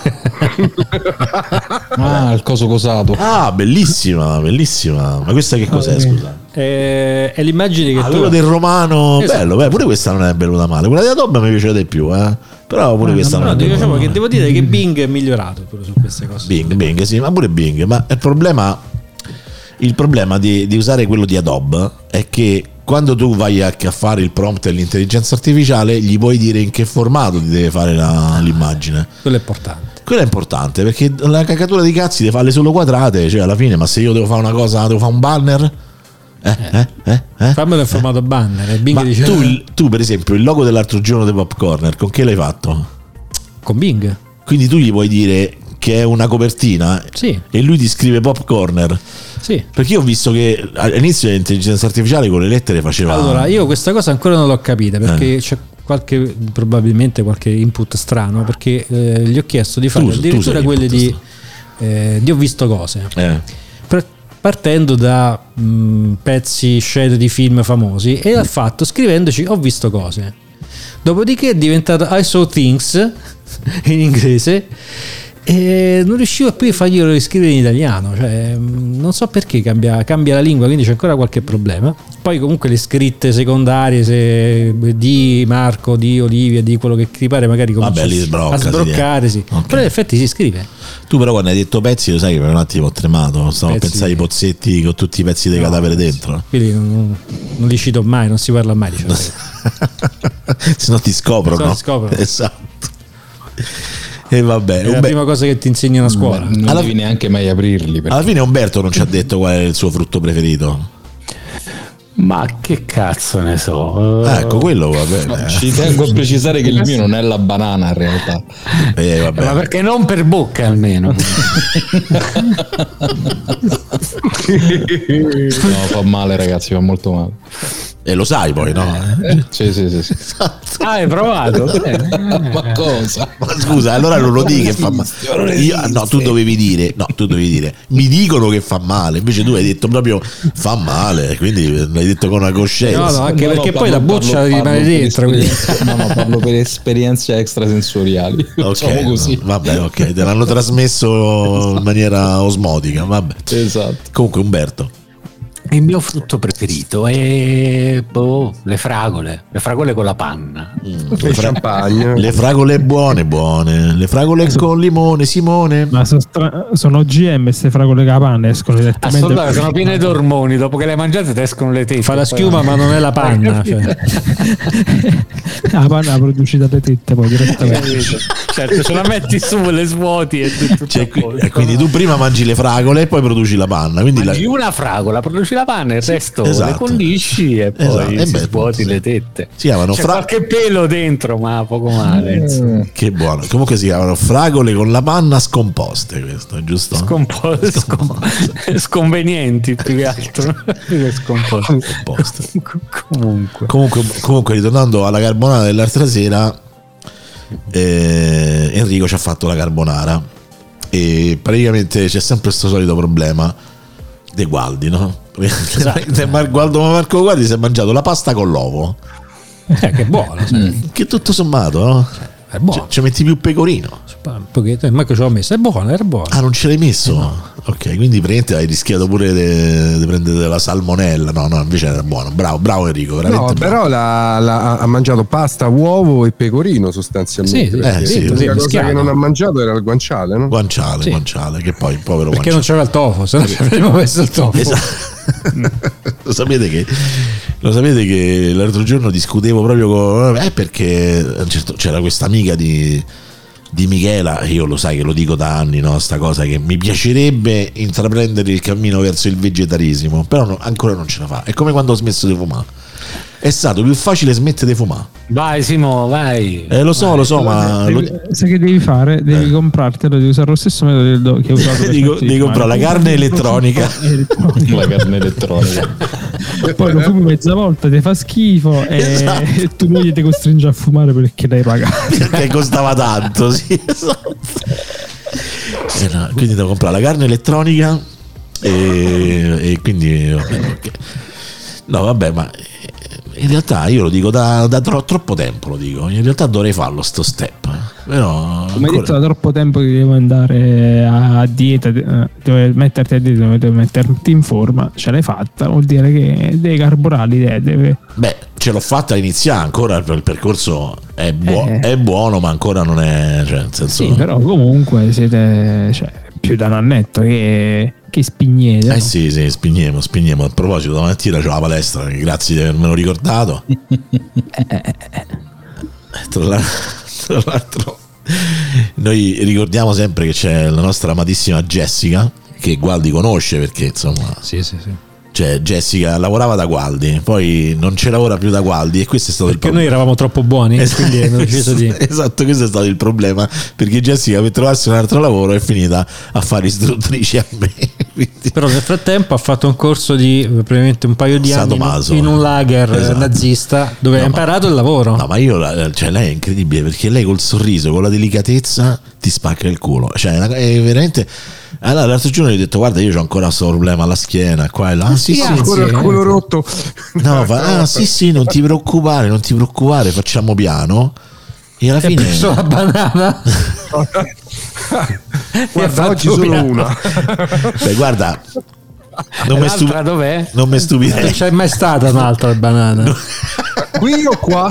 Ah, il coso cosato. Ah, bellissima, bellissima. Ma questa che cos'è, scusa? È, è l'immagine che Ah, tu quello del romano, Esatto. bello, beh, pure questa non è venuta male. Quella di Adobe mi piace di più, eh. Però pure questa non no, è venuta diciamo male. che devo dire che Bing è migliorato pure su queste cose. Bing, Bing, sì, ma pure Bing. Ma il problema, il problema di, di usare quello di Adobe è che quando tu vai a, a fare il prompt dell'intelligenza artificiale, gli puoi dire in che formato ti deve fare la- l'immagine. Quello è importante. Quello è importante perché la cagatura di cazzi deve farle solo quadrate, cioè alla fine, ma se io devo fare una cosa, devo fare un banner? Eh, eh, eh, eh? Fammelo in formato banner. E Bing Ma dice tu, il- tu, per esempio, il logo dell'altro giorno dei Popcorner, con che l'hai fatto? con Bing. Quindi tu gli puoi dire che è una copertina Sì, e lui ti scrive Popcorner. sì. Perché io ho visto che all'inizio l'intelligenza artificiale con le lettere faceva. Allora, io questa cosa ancora non l'ho capita perché c'è qualche probabilmente qualche input strano perché eh, gli ho chiesto di fare Tu- tu addirittura sei quelle l'input di eh, di ho visto cose. Eh, Per- partendo da mh, pezzi scene di film famosi e ha fatto scrivendoci ho visto cose. Dopodiché è diventato I saw things in inglese e non riuscivo più a farglielo riscrivere in italiano, cioè mh, non so perché cambia, cambia la lingua, quindi c'è ancora qualche problema. Poi comunque le scritte secondarie, se di Marco, di Olivia, di quello che ti pare, magari comincia Vabbè, li sbrocca, a si sbroccare, sì. Ok. Però in effetti si scrive. tu però quando hai detto pezzi lo sai che per un attimo ho tremato, stavo a Pezzi- pensare ai pozzetti con tutti i pezzi dei cadaveri dentro. Quindi non, non li cito mai, non si parla mai di ciò. Se no ti scoprono. Se no ti scoprono. Esatto. E vabbè, È la Umber- prima cosa che ti insegnano a scuola. Non Alla- devi neanche mai aprirli. perché- alla fine Umberto non ci ha detto qual è il suo frutto preferito. Ma che cazzo ne so. Ah, ecco, quello va bene. Ci tengo a precisare che il mio non è la banana in realtà. Eh, Ma vabbè. perché non per bocca almeno? No, fa male ragazzi, fa molto male. E lo sai poi, no? Sì, sì, sì, sì. Ah, hai provato? Bene. Ma cosa? Ma scusa, allora non lo dici che fa male. Io- no, tu dovevi dire, no, tu dovevi dire, mi dicono che fa male. Invece tu hai detto proprio fa male, quindi l'hai detto con una coscienza. No, no, anche No, no, perché poi parlo- la buccia parlo- rimane parlo per dentro. quindi- esperienze- No, no, parlo per esperienze extrasensoriali. Ok, Diciamo così. vabbè, ok, te l'hanno trasmesso in maniera osmotica, vabbè. Esatto. Comunque Umberto, Il mio frutto preferito è boh, le fragole, le fragole con la panna. Mm, Le champagne. Le fragole buone, buone. Le fragole con limone, Simone. Ma sono, stra- sono O G M queste fragole capanne, escono direttamente. Assolutamente, sono piene di ormoni, dopo che le hai mangiate ti escono le tette. Fa la schiuma, ma non è la panna. Cioè. La panna la produci dalle tette poi direttamente. Certo, ce la metti su, le svuoti e tutto. Cioè, qui- e quindi tu prima mangi le fragole e poi produci la panna. Quindi la- Mangi una fragola, produci la panna e il resto esatto. le condisci e poi Esatto. E si beh, svuoti sì. le tette. si chiamano C'è fra- qualche pelo dentro, ma poco male. insomma. Che buono. Comunque si chiamano fragole con la panna scomposte, questo, giusto? Scompo- scom- sconvenienti più che altro. Più che scomposti. Scomposte. Comunque. Comunque, comunque, ritornando alla carbonara dell'altra sera, eh, Enrico ci ha fatto la carbonara e praticamente c'è sempre questo solito problema dei Gualdi, no? Mar- Gualdo Marco Gualdi si è mangiato la pasta con l'uovo, Eh, che buono, sai. che tutto sommato, no? È buono. Ci, ci metti più pecorino. Un pochetto, ma che ci ho messo? È buono, era buono. Ah, non ce l'hai messo? Ok, quindi praticamente hai rischiato pure di prendere della salmonella. No, no, invece era buono. Bravo, bravo Enrico, veramente No, bravo. però la- la- ha mangiato pasta, uovo e pecorino sostanzialmente. Sì, sì, Perché eh, sì, l'unica sì, cosa mischiato. che non ha mangiato era il guanciale, no? Guanciale, Sì. guanciale, che poi il povero Perché guanciale. non c'era il tofu, se no ci avremmo messo il tofu. Esatto. lo sapete che lo sapete che l'altro giorno discutevo proprio con eh, perché a un certo- c'era questa amica di di Michela, io lo sai che lo dico da anni, no? Sta cosa che mi piacerebbe intraprendere il cammino verso il vegetarismo, però no- ancora non ce la fa. È come quando ho smesso di fumare. È stato più facile smettere di fumare. Vai Simo, vai. Eh, lo so, lo so, ma lo- Devi- sai che devi fare? Devi comprartelo, devi usare lo stesso metodo del do- che hai usato per Dico- farti devi comprare fumare. la carne elettronica. Elettronica. La carne elettronica. Poi lo fumi mezza volta, ti fa schifo e Esatto. e tu moglie ti costringe a fumare perché l'hai pagato. Che costava tanto, sì, esatto. Eh no, quindi devo comprare la carne elettronica e, e quindi vabbè, perché- no vabbè, ma in realtà io lo dico da, da tro- troppo tempo, lo dico, in realtà dovrei farlo sto step, però Come hai ancora- detto da troppo tempo che devo andare a dieta, eh, devi metterti a dieta, devi metterti in forma, ce l'hai fatta, vuol dire che devi carburare l'idea, deve... beh, ce l'ho fatta a iniziare, ancora il percorso è, buo- Eh. è buono, ma ancora non è, cioè, nel senso, Sì, però comunque siete, cioè, più da un annetto che, che spignete. eh no? sì, sì, spingiamo, spingiamo. A proposito, domattina c'ho la palestra, grazie di avermelo ricordato. Tra l'al- tra l'altro, noi ricordiamo sempre che c'è la nostra amatissima Jessica, che Gualdi conosce perché insomma, Sì, sì, sì. cioè Jessica lavorava da Gualdi, poi non ci lavora più da Gualdi e questo è stato Perché il noi problema. eravamo troppo buoni, quindi abbiamo deciso di... Esatto, questo è stato il problema, perché Jessica per trovarsi un altro lavoro è finita a fare istruttrice a me. Quindi... Però nel frattempo ha fatto un corso di praticamente un paio di anni in, Sadomaso. in un lager Esatto. nazista dove No, ha ma- imparato il lavoro. No, ma io, la- cioè, lei è incredibile perché lei col sorriso, con la delicatezza, ti spacca il culo. Cioè, è, una- è veramente. Allora, l'altro giorno gli ho detto: guarda, io ho ancora questo problema alla schiena, qua e là. Ah, sì, sì, Grazie. Ancora il culo rotto. no, fa, ah, sì, sì, non ti preoccupare, non ti preoccupare, facciamo piano. E alla Ti ha fine. preso la banana. Guarda, oggi solo una. Beh, guarda, non mi L'altra dov'è? non mi Non stupirei. c'è mai stata un'altra banana. Qui o qua?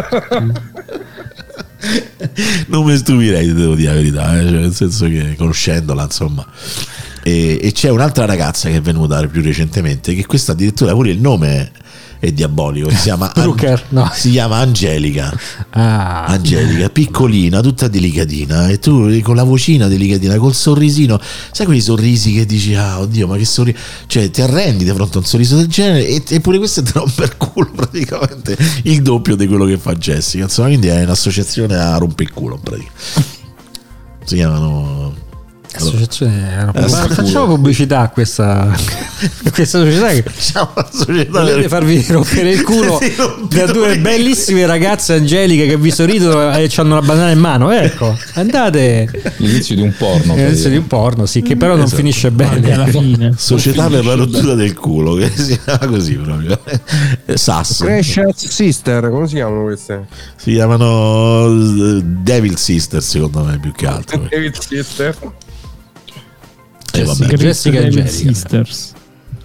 Non mi stupirei, devo dire la verità, eh, cioè, nel senso che conoscendola, insomma. E, e c'è un'altra ragazza che è venuta più recentemente, che questa addirittura pure il nome è diabolico, si chiama, An- Brooker, no. si chiama Angelica. Ah, Angelica, piccolina, tutta delicatina, e tu con la vocina delicatina, col sorrisino, sai quei sorrisi che dici, ah oddio, ma che sorriso, cioè ti arrendi di fronte a un sorriso del genere, e, eppure questo ti rompe il culo praticamente il doppio di quello che fa Jessica, insomma, quindi è un'associazione a rompe il culo, praticamente. Si chiamano... associazione. Eh, Ma facciamo pubblicità a questa, a questa società che Siamo una società volete farvi rompere il culo Sì, da due bellissime ragazze angeliche che vi sorridono e hanno la banana in mano. Ecco, andate. L'inizio di un porno. Inizio di un porno, sì, che però non Esatto. finisce Guardi, alla bene. fine. Società per la rottura del culo, che si chiama così proprio. Sasso. Precious Sister, come si chiamano queste? Si chiamano eh, Devil Sister, secondo me, più che altro. David Sister. Eh, vabbè. Jessica e Devil Angelica. Sisters.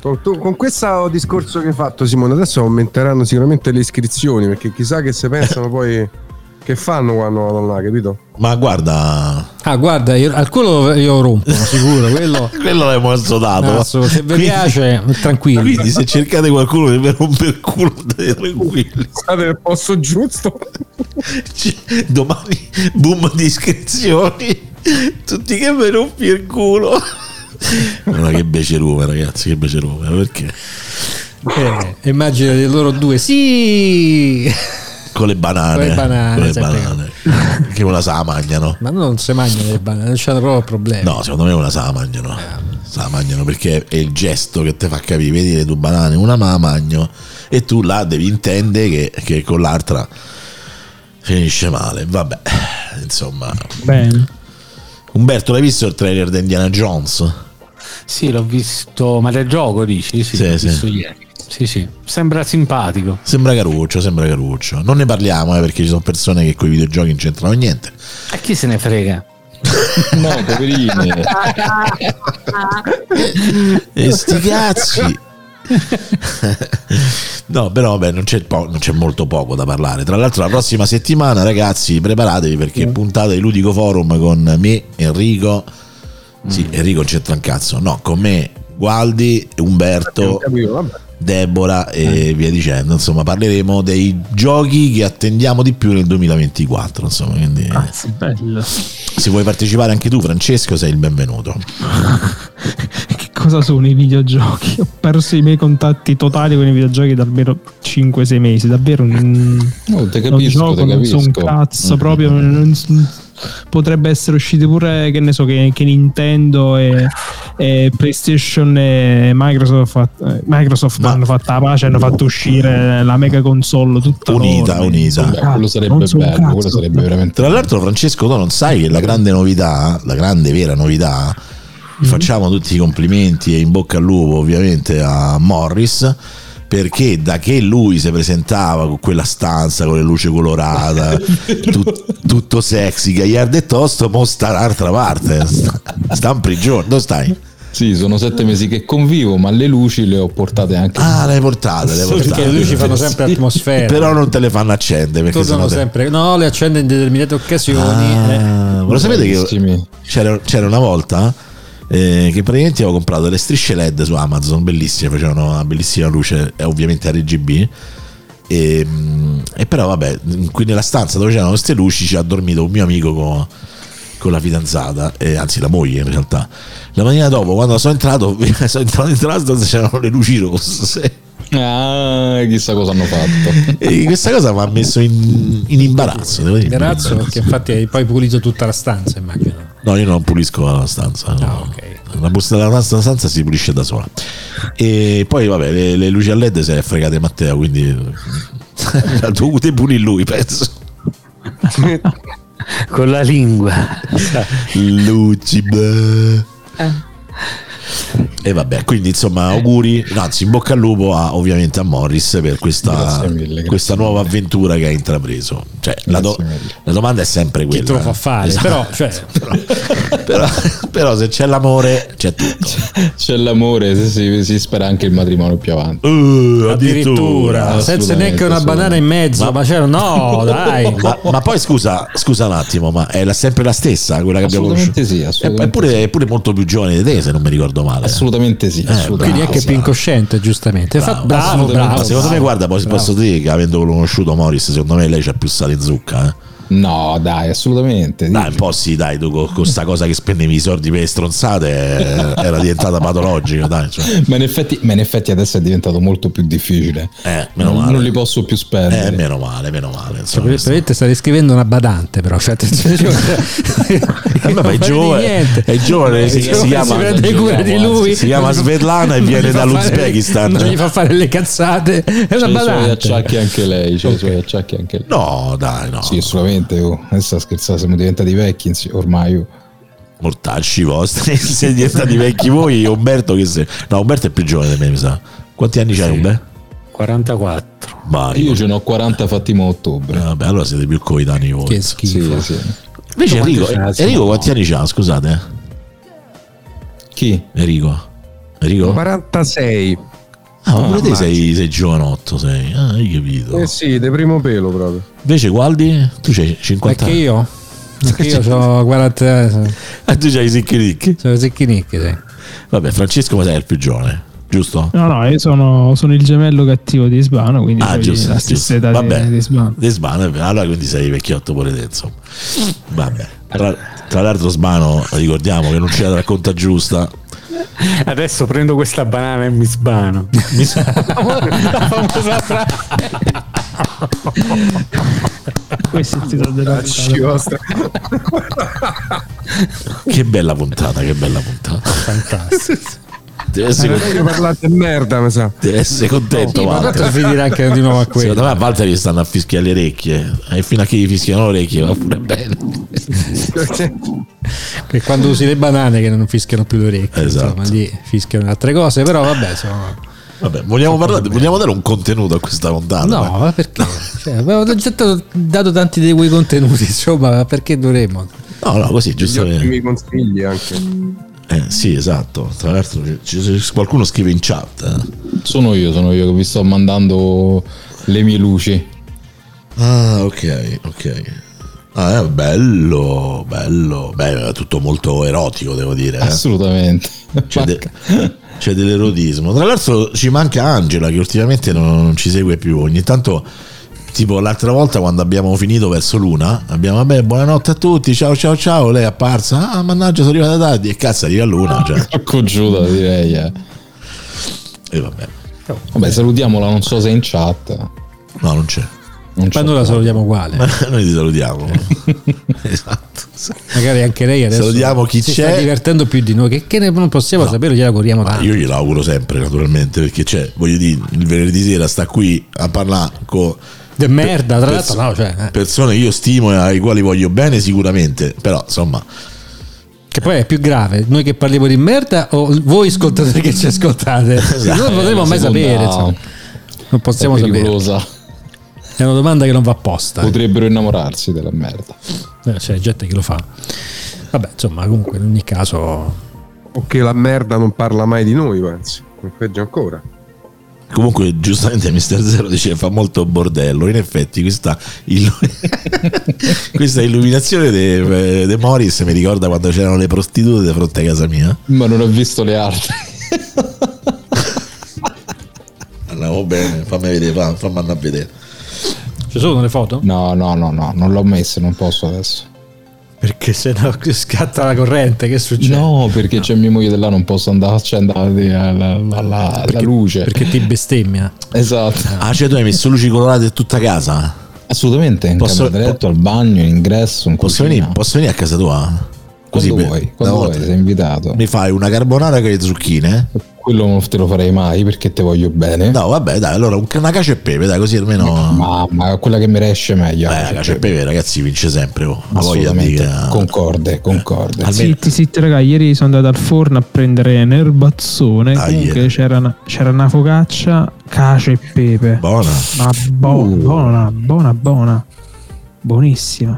Con, tu, con questo discorso che hai fatto, Simone, adesso aumenteranno sicuramente le iscrizioni, perché chissà che se pensano poi che fanno quando vanno là, capito? Ma guarda, Ah, guarda, io, al culo io rompo, sicuro. Quello, quello l'abbiamo assodato. no, se vi Quindi- piace, tranquillo. Quindi se cercate qualcuno che vi rompe il culo, state tranquilli. State nel posto giusto. Cioè, domani boom di iscrizioni, tutti che mi rompi il culo. Ma che becerume, ragazzi, che becerume, perché Eh, immagina loro due, sì, con le banane, Con le banane, con le sempre. banane. Che una se la mangiano. ma non si mangiano le banane, non c'è proprio problemi. No, secondo me una se la mangiano. Se la mangiano perché è il gesto che ti fa capire, vedi le tue banane, una me la magno e tu là devi intendere che, che con l'altra finisce male. Vabbè, insomma. Bene. Umberto, l'hai visto il trailer di Indiana Jones? Sì, l'ho visto, ma del gioco dici? Sì, Sì, l'ho sì. visto ieri. Sì, sì, sembra simpatico. Sembra caruccio, sembra caruccio. Non ne parliamo, eh, perché ci sono persone che con i videogiochi non c'entrano niente. A chi se ne frega? No, poverini. E sti cazzi. No, però vabbè, non c'è, po- non c'è molto poco da parlare. Tra l'altro la prossima settimana, ragazzi, preparatevi perché puntata di Ludico Forum con me, Enrico. Sì, Enrico non c'entra un cazzo. No, con me, Gualdi, Umberto, Capito, vabbè. Deborah e via dicendo. Insomma, parleremo dei giochi che attendiamo di più nel duemilaventiquattro. Insomma, quindi Ah, sì, bello. se vuoi partecipare anche tu, Francesco, sei il benvenuto. Che cosa sono i videogiochi? Ho perso i miei contatti totali con i videogiochi da almeno cinque sei mesi. Davvero non, No, te non capisco, gioco, te non so un capisco. cazzo. Mm. Proprio non- potrebbe essere usciti pure, che ne so, che, che Nintendo e, e PlayStation e Microsoft, eh, Microsoft Ma- hanno fatto la pace, hanno fatto uscire la mega console tutta Unita, loro. unita. Beh, quello sarebbe Non so un bello, cazzo. quello sarebbe veramente Tra l'altro, Francesco, tu non sai che la grande novità, la grande vera novità, facciamo tutti i complimenti e in bocca al lupo ovviamente a Morris, perché da che lui si presentava con quella stanza con le luci colorate, tut- tutto sexy, gagliardo e tosto, mo sta dall'altra parte, sta, sta in prigione. Dove stai? Sì, sono sette mesi che convivo, ma le luci le ho portate anche. Ah, le hai portate, le hai Perché portate. le luci fanno sempre atmosfera. Però non te le fanno accendere perché Tornano sennò te- sempre, no, le accende in determinate occasioni. eh. Ah, lo sapete che Bravissimi. c'era, c'era una volta eh, che praticamente avevo comprato delle strisce L E D su Amazon, bellissime, facevano una bellissima luce, eh, ovviamente R G B. E, mm, e però vabbè, qui nella stanza dove c'erano queste luci ci ha dormito un mio amico con, con la fidanzata, e, anzi la moglie in realtà. La mattina dopo, quando sono entrato, sono entrato in stanza, c'erano le luci rosse. Ah, chissà cosa hanno fatto. E questa cosa mi ha messo in, in imbarazzo, devo dire. Imbarazzo, perché infatti hai poi pulito tutta la stanza, immagino. No, io non pulisco la stanza. No. Ah, ok. La busta della nostra stanza si pulisce da sola. E poi, vabbè, le, le luci a L E D se le è fregate Matteo, quindi tu te puli lui, penso. Con la lingua. Luci, beh. E vabbè, quindi insomma, auguri, anzi, in bocca al lupo a, ovviamente a Morris per questa, Grazie mille, grazie questa mille. nuova avventura che ha intrapreso. Cioè, la, do- Grazie mille. la domanda è sempre quella. Chi te lo fa fare? Esatto. Però, cioè, però, però se c'è l'amore c'è tutto. C'è l'amore, si, si, si spera anche il matrimonio più avanti. Uh, addirittura, senza assolutamente, neanche una banana in mezzo, ma, Ma- c'era, no, dai. Ma, ma poi scusa, scusa un attimo, ma è la- sempre la stessa quella che abbiamo Assolutamente conosciuto? sì, È, assolutamente è pure, sì. è pure molto più giovane di te, se non mi ricordo male. Assolutamente sì, assolutamente Quindi anche sì. più incosciente, giustamente. Bravo, bravo, assolutamente. bravo. Ma secondo me, guarda, poi bravo. posso dire che avendo conosciuto Morris, secondo me lei c'ha più sale in zucca. Eh. No, dai, assolutamente. Dai, un po' sì, dai, tu con questa cosa che spendevi i soldi per le stronzate eh, era diventata patologica, dai. Cioè. Ma in, effetti, ma in effetti adesso è diventato molto più difficile. Eh, meno non, male. non li posso più spendere. Eh, meno male, meno male. Cioè, Insomma, praticamente stai scrivendo una badante, però cioè, attenzione, cioè, Eh, ma è giovane, è giovane, si, si chiama, si prende cura di lui, si chiama Svetlana e non viene gli fa dall'Uzbekistan. fare- non gli fa fare le cazzate, è C'è una i suoi badante. acciacchi anche lei. C'è i suoi acciacchi anche lei. No, dai, no. Sì, assolutamente. Oh. Adesso scherzare, siamo diventati vecchi insi- ormai. Oh. Mortacci vostri, siete diventati vecchi voi. Umberto, che se... no, Umberto è più giovane di me, mi sa. Quanti anni c'hai, Umberto? quarantaquattro. Ma Io ce ne ho quaranta fatti a ottobre. Eh, vabbè, allora siete più coetanei voi. Che Sì, schifo. sì. Invece Enrico, Quanti c'ha, Enrico Simone? quanti anni c'ha? Scusate, Chi? Enrico. Enrico? quarantasei. Ah, ma pure te Ah, sei, sei giovanotto, sei. Ah, hai capito. Eh sì, di primo pelo proprio. Invece Gualdi, tu c'hai cinquanta Perché anni. io? Perché io ho quaranta. Ah, tu c'hai i sicchiricchi. Sono secchinicchi, sì. Vabbè, Francesco, ma sei il più giovane, giusto? No, no, io sono, sono il gemello cattivo di Sbano, quindi Ah, poi giusto, la giusto. stessa età Vabbè, di, di Sbano. di Sbano, allora quindi sei vecchiotto pure te, insomma. Vabbè. Tra, tra l'altro Sbano, ricordiamo che non c'è la racconta giusta. Adesso prendo questa banana e mi sbano. Mi sbano. La famosa frase. Questo è il titolo della Cacci puntata. vostra. Che bella puntata, che bella puntata. Fantastico. Deve essere, Ma meglio parlate merda, mi sa. deve essere contento, Ma tanto Walter. finirà anche di nuovo a Secondo quello. me a Walter gli stanno a fischiare le orecchie e fino a che gli fischiano le orecchie va pure bene. Che quando usi le banane che non fischiano più le orecchie, Esatto. insomma, lì fischiano altre cose, però vabbè, insomma. Vabbè, vogliamo, parlare, vogliamo dare un contenuto a questa puntata? No, ma perché? Cioè, avevo già dato, dato tanti dei quei contenuti, insomma, ma perché dovremmo? No, no, così, Gli giustamente. ottimi consigli anche. Eh, sì, esatto. Tra l'altro, ci- ci- qualcuno scrive in chat. eh. Sono io, sono io che vi sto mandando le mie luci. Ah, ok, ok. Ah, è bello, bello. Beh, è tutto molto erotico, devo dire. eh. Assolutamente. C'è, de- c'è dell'erotismo. Tra l'altro, ci manca Angela, che ultimamente non, non ci segue più. Ogni tanto, tipo l'altra volta, quando abbiamo finito verso l'una, abbiamo, vabbè, buonanotte a tutti, ciao, ciao, ciao. Lei è apparsa, ah, mannaggia, sono arrivata tardi. E cazzo, arriva l'una. Cioè. Porco Giuda, direi. eh. E vabbè, Vabbè, salutiamola, non so se è in chat. no, non c'è. Non Ma c'è. noi la salutiamo uguale. Noi ti salutiamo. Esatto. Magari anche lei adesso Salutiamo chi si c'è. sta divertendo più di noi. Che, che ne non possiamo sapere, gliela corriamo Ma tanto. io glielo auguro sempre, naturalmente, perché c'è, voglio dire, il venerdì sera sta qui a parlare con De merda, tra pers- l'altro, no, cioè, eh. persone che io stimo e ai quali voglio bene sicuramente, però insomma, Che poi è più grave, noi che parliamo di merda o voi ascoltatori che ci ascoltate? Esatto. Non potremo la mai seconda sapere, insomma. Non possiamo è sapere. pericolosa. È una domanda che non va posta. Potrebbero innamorarsi della merda. Eh, C'è gente che lo fa. Vabbè, insomma, comunque in ogni caso. O che la merda non parla mai di noi, pensi. Peggio ancora. comunque giustamente mister Zero dice fa molto bordello. In effetti questa, illu- questa illuminazione di De Morris mi ricorda quando c'erano le prostitute di fronte a casa mia. Ma non ho visto le altre. Andiamo bene, fammi vedere, fa- fammi andare a vedere. Ci sono le foto? No, no, no, no, non l'ho messa, non posso adesso. Perché se no scatta la corrente, che succede? No, perché c'è mia moglie di là, non posso andare a accendere la, la, la, la, la luce. Perché ti bestemmia. Esatto. Ah, cioè tu hai messo luci colorate in tutta casa? Assolutamente, in Posso- camera da letto, al bagno, in ingresso, in Posso cucina. venire, posso venire a casa tua? Quando per- vuoi, quando una vuoi, volta sei invitato. mi fai una carbonara con le zucchine? Quello non te lo farei mai perché te voglio bene. No, vabbè, dai, allora un- una cacio e pepe, dai, così almeno. Ma, ma quella che mi esce meglio. Beh, la cacio e pepe, ragazzi, vince sempre. Oh. Ma voglia di Assolutamente, che- concorde, concorde. Almeno- Zitti, zitti, raga. Ieri sono andato al forno a prendere un erbazzone. Ah, Comunque yeah. c'era una, c'era una focaccia, cacio e pepe. Buona. Ma buona, buona, buona, buona. Buonissima.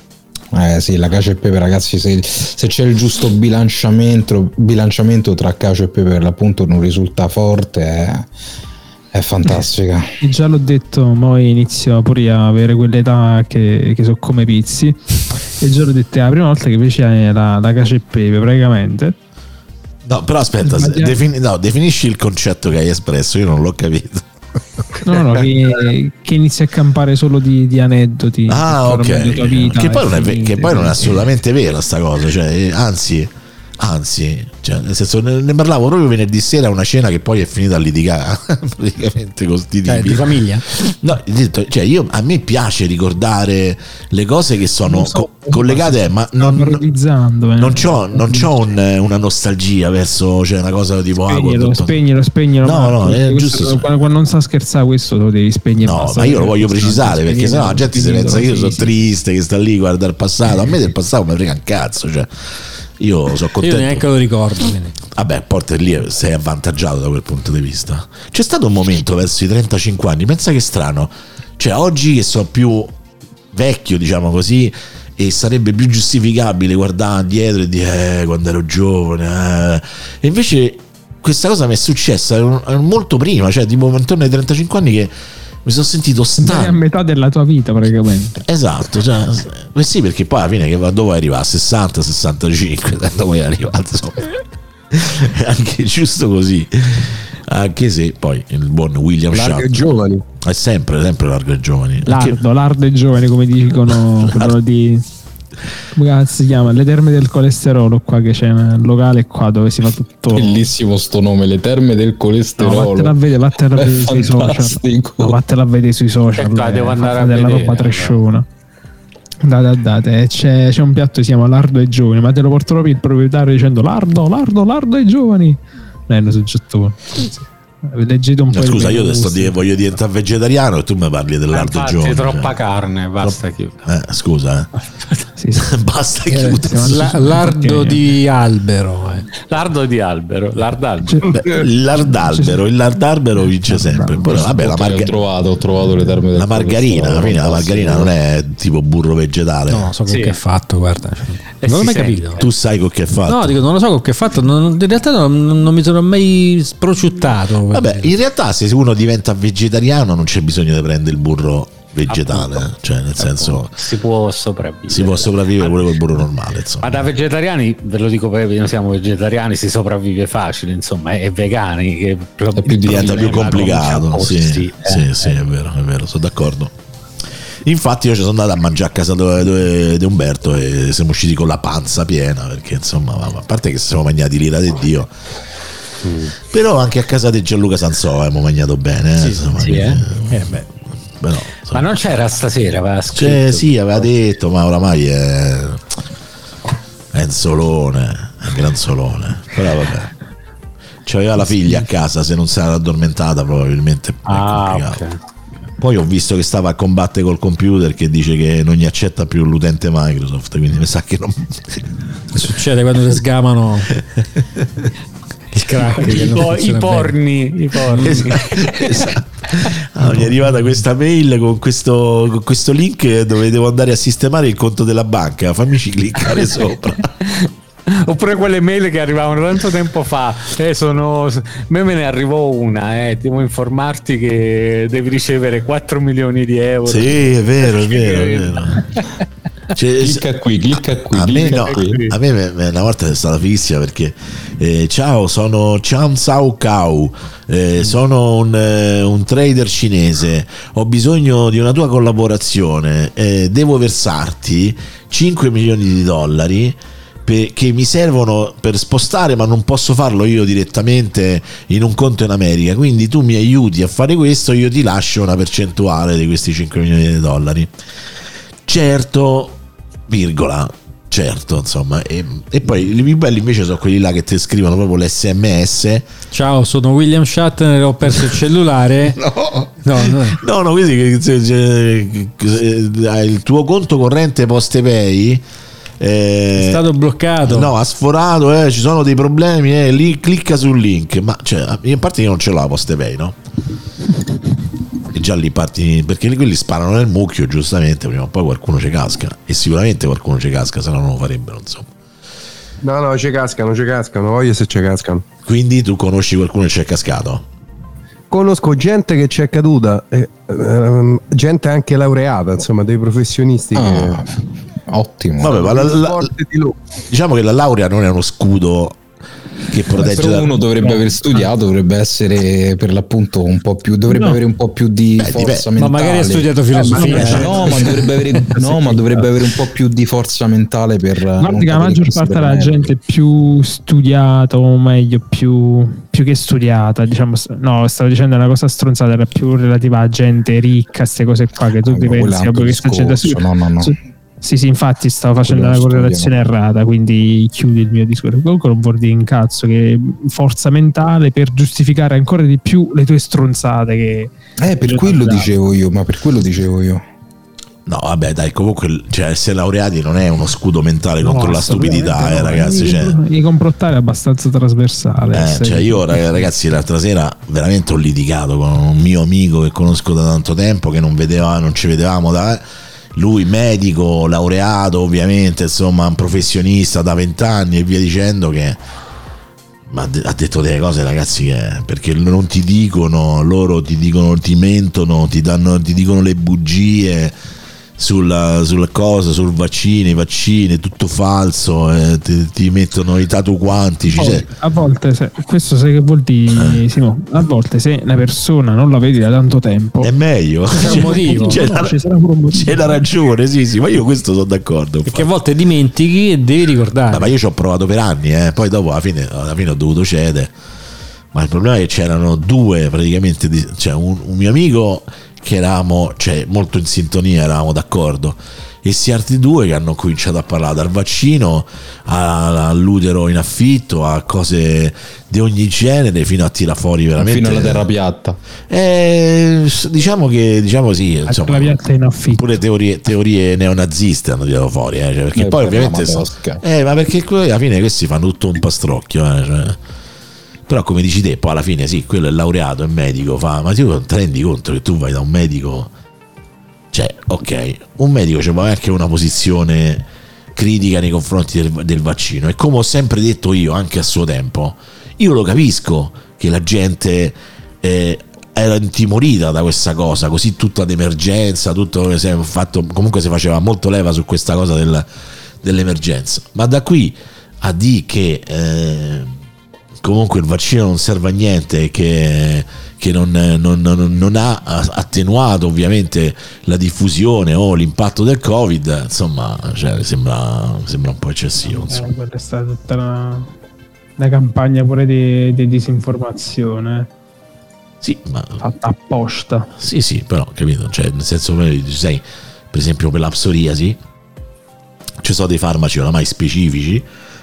Eh sì, la cacio e pepe, ragazzi, se, se c'è il giusto bilanciamento, bilanciamento tra cacio e pepe per l'appunto non risulta forte, è, è fantastica. E già l'ho detto, poi inizio pure io a avere quell'età che, che so come pizzi. E già l'ho detto, è la prima volta che feci la, la cacio e pepe praticamente. No, però aspetta, se- Sbagliato. defini- no, definisci il concetto che hai espresso, io non l'ho capito. No, no, che, che inizia a campare solo di, di aneddoti. Ah, che parlano della tua ok. vita Che poi, e non è, ve- finite, che poi non è quindi- assolutamente vera sta cosa, cioè, eh, anzi, anzi, cioè, nel senso, ne, ne parlavo proprio venerdì sera a una cena che poi è finita a litigare praticamente con sti Cioè, tipi. di famiglia? No, ho detto, cioè, io, a me piace ricordare le cose che sono Non so, co- collegate, ma non, parodizzando, eh. non c'ho, non c'ho un- una nostalgia verso, cioè, una cosa tipo ah, Spegnilo, quando- spegnilo, spegnilo. No, Marco, no, è questo- giusto. Quando, quando non sa scherzare, questo lo devi spegnere. No, basta. ma io lo voglio precisare perché Spegnilo, sennò la gente si spegnilo, pensa che io sì, sono sì. triste, che sta lì, guarda il passato. A me del passato mi frega un cazzo, cioè. Io sono Io contento. neanche lo ricordo. Quindi. Vabbè, Porter lì sei avvantaggiato da quel punto di vista. C'è stato un momento verso i trentacinque anni, pensa che strano. Cioè, oggi che sono più vecchio, diciamo così, e sarebbe più giustificabile guardare indietro e dire eh, quando ero giovane. eh. E invece questa cosa mi è successa molto prima, cioè tipo intorno ai trentacinque anni, che mi sono sentito Sei a stanco. metà della tua vita praticamente. Esatto, cioè, eh sì, perché poi alla fine che dove arriva a sessanta sessantacinque, dove arriva, insomma. È anche giusto così, anche se poi il buon William Largo Shatner e giovani. è sempre sempre largo e giovani. Anche- Lardo, lardo e giovane, come dicono quello di, come cazzo si chiama? Le terme del colesterolo, qua che c'è un locale qua dove si fa tutto. Bellissimo sto nome, le terme del No, colesterolo. vattela a vedere, vattela a È vedere sui social. fantastico. No, vattela a vedere sui social. Ecco, devo eh, andare fa a della vedere, roba trashona. Andate, andate, eh, c'è, c'è un piatto che si chiama Lardo e Giovani, ma te lo porta proprio il proprietario dicendo Lardo, Lardo, Lardo e Giovani. Non è una soggettone. Leggete un po'. No, scusa, il io menù, adesso sì. di- voglio diventare vegetariano e tu mi parli dell'ardo Infatti, giovane. troppa cioè. carne, basta chiudere. Eh, scusa, eh. Sì, sì. Basta Eh, chiudere. siamo- La- lardo di albero. eh. Lardo di albero, lardalbero. Beh, L'ardalbero, il lardalbero vince sempre. Poi, vabbè, la, Ho marga- trovato, ho trovato le terme del la margarina, alla fine la margarina non è tipo burro vegetale. No, so con Sì. che è fatto, guarda. cioè, Eh, non l'ho si mai sente. capito. Tu sai con che è fatto. No, dico, non lo so con che è fatto. non- in realtà non, non mi sono mai sprociuttato. Vabbè, in realtà se uno diventa vegetariano non c'è bisogno di prendere il burro vegetale, Appunto. cioè nel senso Si può sopravvivere. si può sopravvivere pure col burro normale, insomma. Ma da vegetariani, ve lo dico perché noi siamo vegetariani, si sopravvive facile, insomma, e vegani che È più diventa più complicato. Sì, sì, eh, sì, è vero, è vero, sono d'accordo. Infatti io ci sono andato a mangiare a casa dove- dove- di Umberto e siamo usciti con la panza piena, perché insomma, a parte che siamo mangiati l'ira di Dio, però anche a casa di Gianluca Sansò abbiamo mangiato bene, eh, insomma, sì, eh. Eh, beh. però, Ma insomma, non c'era stasera, aveva scritto. cioè, sì, aveva detto, ma oramai è, è un solone, è un gran solone, però vabbè. C'aveva la figlia a casa, se non si era addormentata probabilmente è Ah, complicato. ok. Poi ho visto che stava a combattere col computer che dice che non gli accetta più l'utente Microsoft, quindi mi sa che non... Che succede quando ti sgamano il crack? che I, non po- i funziona bene. porni, i porni. Esatto. Ah, mi è arrivata questa mail con questo, con questo link dove devo andare a sistemare il conto della banca, fammici cliccare sopra. Oppure quelle mail che arrivavano tanto tempo fa. Eh, sono... A me me ne arrivò una, eh. Devo informarti che devi ricevere quattro milioni di euro. Sì, è vero, è vero, è vero. Cioè, Clicca qui, clicca qui, a me, clicca no, qui. a me me- me- una volta è stata fighissima perché eh, ciao, sono Chan Sao Cao, eh, sono un, eh, un trader cinese, ho bisogno di una tua collaborazione, eh, devo versarti cinque milioni di dollari pe- che mi servono per spostare, ma non posso farlo io direttamente in un conto in America, quindi tu mi aiuti a fare questo, io ti lascio una percentuale di questi cinque milioni di dollari. Certo, virgola, certo, insomma, e, e poi i più belli invece sono quelli là che ti scrivono proprio l'esse emme esse. Ciao, sono William Shatner, ho perso il cellulare. No, No, no. no, no, quindi che- che- che- che- che- il tuo conto corrente PostePay eh, È stato bloccato. no, ha sforato, eh, ci sono dei problemi, eh, lì clicca sul link, ma cioè, in parte io non ce l'ho la PostePay, no? E già lì parti, perché quelli sparano nel mucchio, giustamente, prima o poi qualcuno ci casca, e sicuramente qualcuno ci casca, se no non lo farebbero, insomma. No, no, ci cascano, ci cascano, voglio se ci cascano. Quindi tu conosci qualcuno che ci è cascato? Conosco gente che ci è caduta, eh, ehm, gente anche laureata, insomma, dei professionisti Ah, che ottimo. Vabbè, ma la- la- forte di loro. diciamo che la laurea non è uno scudo che protegge Però da... uno dovrebbe aver studiato, dovrebbe essere per l'appunto un po' più, dovrebbe No. avere un po' più di Beh, forza dipende. Ma mentale. magari ha studiato filosofia. Eh, eh. no, ma dovrebbe avere, no, ma dovrebbe avere un po' più di forza mentale per. Guarda non che la cadere in maggior queste parte della merda. gente è più studiata, o meglio, più, più che studiata, diciamo, no, stavo dicendo una cosa stronzata, era più relativa a gente ricca, queste cose qua che tu Ah, ti quello è pensi, un vabbè, altro che sta gente su, discorso, no, no, no. su- sì, sì, infatti stavo facendo Quello una non correlazione errata, quindi chiudi il mio discorso. Comunque non vuol dire in cazzo che forza mentale per giustificare ancora di più le tue stronzate che Eh, per quello dicevo io, ma per quello dicevo io. No, vabbè, dai, comunque, cioè, essere laureati non è uno scudo mentale contro No, la stupidità, eh, assolutamente no. ragazzi. I- Cioè, i complottare è abbastanza trasversale. eh, essere- cioè, io, rag- ragazzi, l'altra sera veramente ho litigato con un mio amico che conosco da tanto tempo, che non vedeva, non ci vedevamo da. Lui medico, laureato, ovviamente, insomma, un professionista da vent'anni e via dicendo, che ma ha detto delle cose, ragazzi, che perché non ti dicono, loro ti dicono, ti mentono, ti danno, ti dicono le bugie sulla, sulla cosa, sul vaccino, i vaccini, è tutto falso, eh, ti, ti mettono i tatu quantici. Poi, Cioè, a volte, se, questo sai che vuol dire, eh. Simo, a volte se una persona non la vedi da tanto tempo è meglio, c'è un motivo, c'è, no, la, ci sarà pure un motivo. c'è la ragione, sì, sì, ma io questo sono d'accordo. Perché a volte dimentichi e devi ricordare. Ma, ma io ci ho provato per anni, eh, poi dopo alla fine, alla fine ho dovuto cedere. Ma il problema è che c'erano due praticamente, cioè un, un mio amico che eravamo, cioè, molto in sintonia, eravamo d'accordo, e sti altri due che hanno cominciato a parlare dal vaccino a- all'utero in affitto, a cose di ogni genere, fino a tirare fuori veramente fino alla terra piatta. Eh, diciamo che diciamo sì, insomma, la piatta in affitto. pure teorie, teorie neonaziste hanno tirato fuori, eh, cioè, perché Eh, poi per ovviamente la so- Matosca. eh, ma perché que- alla fine questi fanno tutto un pastrocchio, eh, cioè. Però come dici te, poi alla fine sì, quello è laureato, è medico, fa, ma tu non ti rendi conto che tu vai da un medico, cioè ok, un medico c'è anche una posizione critica nei confronti del, del vaccino, e come ho sempre detto io anche a suo tempo, io lo capisco che la gente eh, era intimorita da questa cosa, così tutta d'emergenza, tutto si è fatto, comunque si faceva molto leva su questa cosa del, dell'emergenza, ma da qui a dire che eh, comunque il vaccino non serve a niente, che, che non, non, non, non ha attenuato ovviamente la diffusione o l'impatto del Covid, insomma, cioè, sembra, sembra un po' eccessivo, insomma. Eh, quella è stata tutta una, una campagna pure di, di disinformazione Sì, ma fatta apposta. sì, sì, però capito, cioè, nel senso, sai, per esempio per la psoriasi ci sono dei farmaci oramai specifici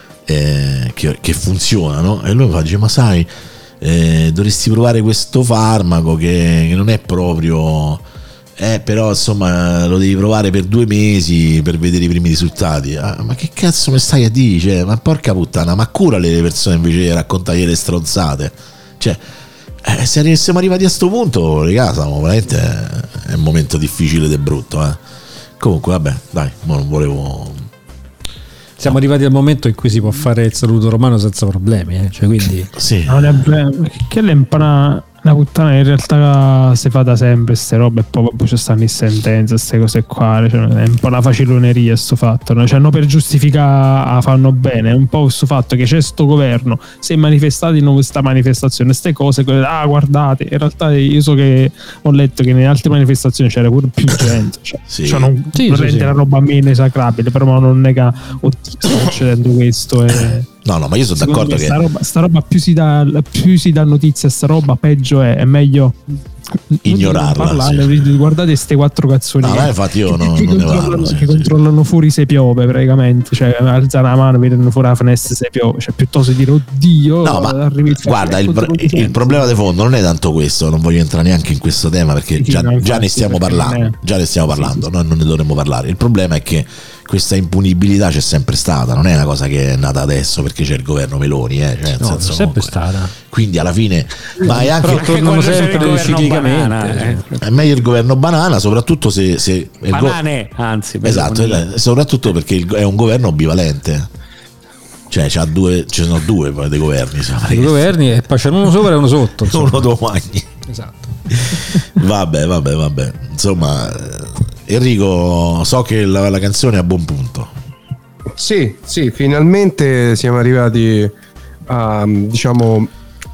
eh, che, che funzionano, e lui mi fa, dice, ma sai, eh, dovresti provare questo farmaco che, che non è proprio eh, però insomma lo devi provare per due mesi per vedere i primi risultati. Ah, ma che cazzo mi stai a dire? Cioè, ma porca puttana, ma curale le persone invece di raccontargli le stronzate, cioè. Eh, se siamo arrivati a sto punto, raga, siamo veramente, è un momento difficile ed è brutto, eh. Comunque vabbè, dai, mo non volevo. Siamo arrivati al momento in cui si può fare il saluto romano senza problemi, eh? Cioè, quindi Sì. Non è vero, che le impana una puttana, in realtà si fa da sempre ste robe, e poi poi ci stanno in sentenze, queste cose qua, cioè, è un po' una faciloneria sto fatto, no? Cioè, non per giustificare ah, fanno bene, è un po' questo fatto che c'è sto governo, si è manifestato in questa manifestazione, queste cose, ah guardate, in realtà io so che ho letto che nelle altre manifestazioni c'era pure più gente, cioè, Sì. cioè non, Sì, non sì, rende sì. la roba meno esacrabile, però non nega, oddio, sta succedendo questo e... No, no, ma io sono Secondo d'accordo me che sta roba, sta roba più si dà più si dà notizia a sta roba, peggio è, è meglio Ignorarla, parlare, sì. Guardate queste quattro cazzoni No, che- ma infatti io che, non- che non ne controllano, parlo, sì, che sì. controllano fuori se piove praticamente, cioè alzano la mano, vedono fuori la finestra se piove, cioè piuttosto dire oddio, No, ma arrivi il guarda, il, controllo di il gente. problema di fondo non è tanto questo, non voglio entrare neanche in questo tema perché Sì, sì, già, no, già infatti, ne stiamo perché non parlando, è- già ne stiamo Sì, parlando, sì, noi non ne dovremmo parlare. Il problema è che questa impunibilità c'è sempre stata, non è una cosa che è nata adesso perché c'è il governo Meloni, eh, cioè, nel no, senso, è sempre comunque, stata. quindi alla fine, ma è anche Però tornano quando c'è il sempre governo ciclicamente. banana, eh. è meglio il governo banana, soprattutto se, se il go- Banane, anzi. per esatto, dire. eh, soprattutto perché il- è un governo bivalente, cioè c'ha due, ci sono due poi dei governi, insomma, I governi e poi c'è uno sopra e uno sotto. insomma. uno domani. Esatto. Vabbè, vabbè, vabbè. Insomma, eh, Enrico, so che la, la canzone è a buon punto. Sì, sì, finalmente siamo arrivati a, diciamo,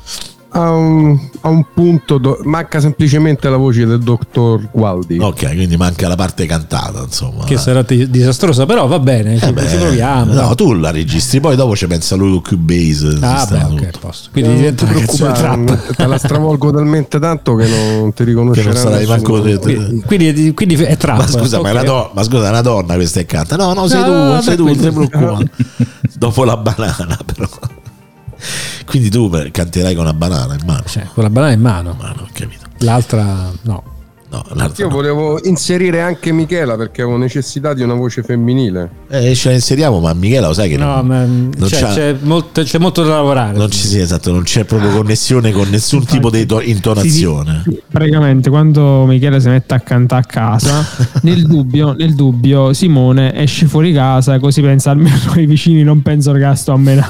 a un, a un punto, do- manca semplicemente la voce del dottor Gualdi. Ok, quindi manca la parte cantata, insomma. Che sarà di- disastrosa, però va bene, ci, Eh beh, ci proviamo. no, tu la registri, poi dopo ci pensa lui con Cubase. Ah, si beh, sta ok, tutto. posto. Quindi Non diventa ti una canzone preoccupare, trap. te la stravolgo talmente tanto che non ti Che riconoscerai non sarai manco te- te- Quindi, quindi è trap. Ma scusa, ma, è ok. una do- ma scusa, è una donna questa che canta. No, no, sei No, tu, no, sei vabbè, tu, non ti quindi- preoccupare. Dopo la banana, però. Quindi tu per- canterai con una banana in mano. Cioè, con la banana in mano, Ma non ho capito. l'altra no. No, l'altra Io no. volevo inserire anche Michela perché avevo necessità di una voce femminile. Eh, ce la inseriamo, ma Michela lo sai che No, non, ma non cioè, c'ha- c'è, molto, c'è molto da lavorare. non ci sia, esatto, non c'è proprio connessione con nessun tipo di to- intonazione. Sì, sì. Praticamente quando Michele si mette a cantare a casa, nel dubbio, nel dubbio Simone esce fuori casa, così pensa almeno i vicini non pensano che sto a menare.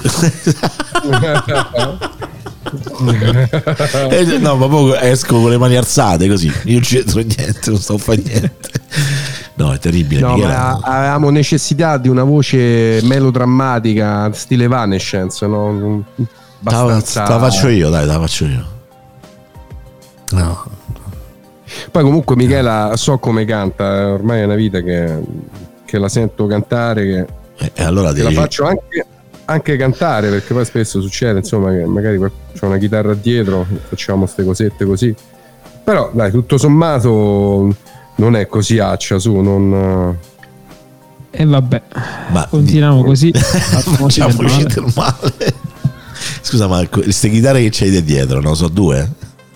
Eh, no, ma poi esco con le mani alzate così, io non c'entro niente, non sto a fare niente. No, è terribile. No, Michela. ma avevamo necessità di una voce melodrammatica, stile Evanescence, no? Te la, Abbastanza. te la faccio io, dai, te la faccio io. No. Poi comunque Michela so come canta, ormai è una vita che, che la sento cantare, che, E eh, allora che la devi... faccio anche, anche cantare, perché poi spesso succede, insomma, che magari c'è una chitarra dietro, facciamo queste cosette così. Però dai, tutto sommato non è così accia, su, non... E vabbè, Ma continuiamo così. facciamoci del male. Scusa, ma queste chitarre che c'hai dietro, no? So due?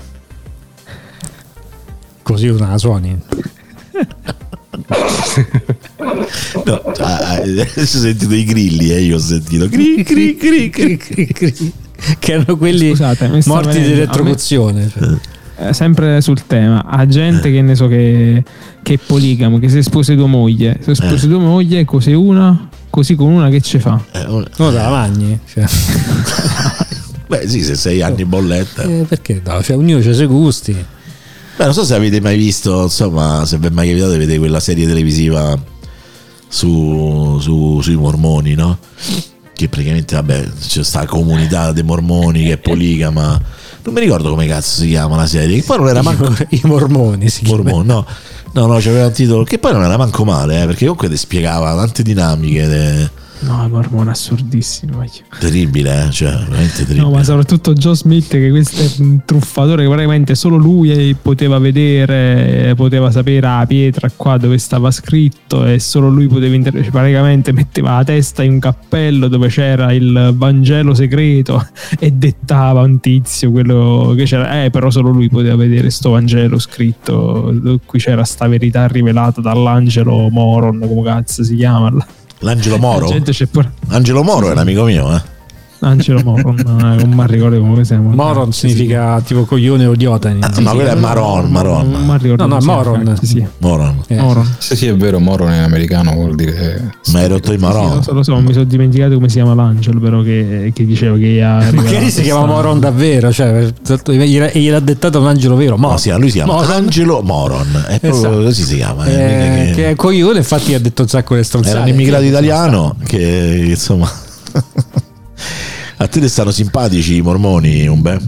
Così una la suoni. No, ah, adesso ho sentito i grilli, eh, io ho sentito cri, cri, cri, cri. Cri, cri, cri. Che erano quelli Scusate, mi sta morti di venendo- elettrocuzione. Cioè. Eh, sempre sul tema, a gente che ne so che, che è poligamo, che se spose tua moglie, se spose Eh. tua moglie, così una, così con una che ci fa? Eh, un- No, te la magni. Cioè. Beh, sì, se sei anni in bolletta. Eh, perché no? Cioè, ognuno ha i suoi gusti. Beh, non so se avete mai visto, insomma, se vi è mai capitato di vedere quella serie televisiva su, su- sui mormoni, no? Che praticamente, vabbè, c'è sta comunità dei mormoni che è poligama. Non mi ricordo come cazzo si chiama la serie. Che poi non era manco I, I mormoni si chiamano. mormoni, no. No, no, c'aveva un titolo che poi non era manco male, eh, perché comunque ti spiegava tante dinamiche. de- No, è mormone assurdissimo. vai. Terribile, eh? Cioè, veramente terribile. No, ma soprattutto Joe Smith, che questo è un truffatore che praticamente solo lui poteva vedere, poteva sapere la pietra qua dove stava scritto e solo lui poteva intervenire. Praticamente metteva la testa in un cappello dove c'era il Vangelo segreto e dettava un tizio quello che c'era. Eh, però solo lui poteva vedere sto Vangelo scritto, qui c'era sta verità rivelata dall'angelo Moron, come cazzo si chiama? L'Angelo Moro. La gente c'è pure Angelo Moro è un amico mio, eh. Angelo Moron, non mi ricordo come si chiama. Moron Sì, significa tipo coglione o idiota in Ah, inglese. ma quello è Maron, Non Maron. mi ricordo No, no, come si chiama, Moron. sì, sì. Moron. Eh. Moron. Sì, sì, è vero, Moron in americano vuol dire... Ma hai rotto i Sì, Maron. lo so, lo so, mi sono dimenticato come si chiama l'angelo, però che, che dicevo che ha Magari si chiama Moron davvero, cioè gliela- e gliel'ha dettato un angelo vero. No, Moron. sì, lui si chiama Moron. Angelo Moron. È proprio Esatto. così si chiama. eh, Eh, mica che- che è coglione, infatti ha detto un sacco di stronzate. Era un immigrato Che- italiano che insomma a te ti stanno simpatici i mormoni, un beh?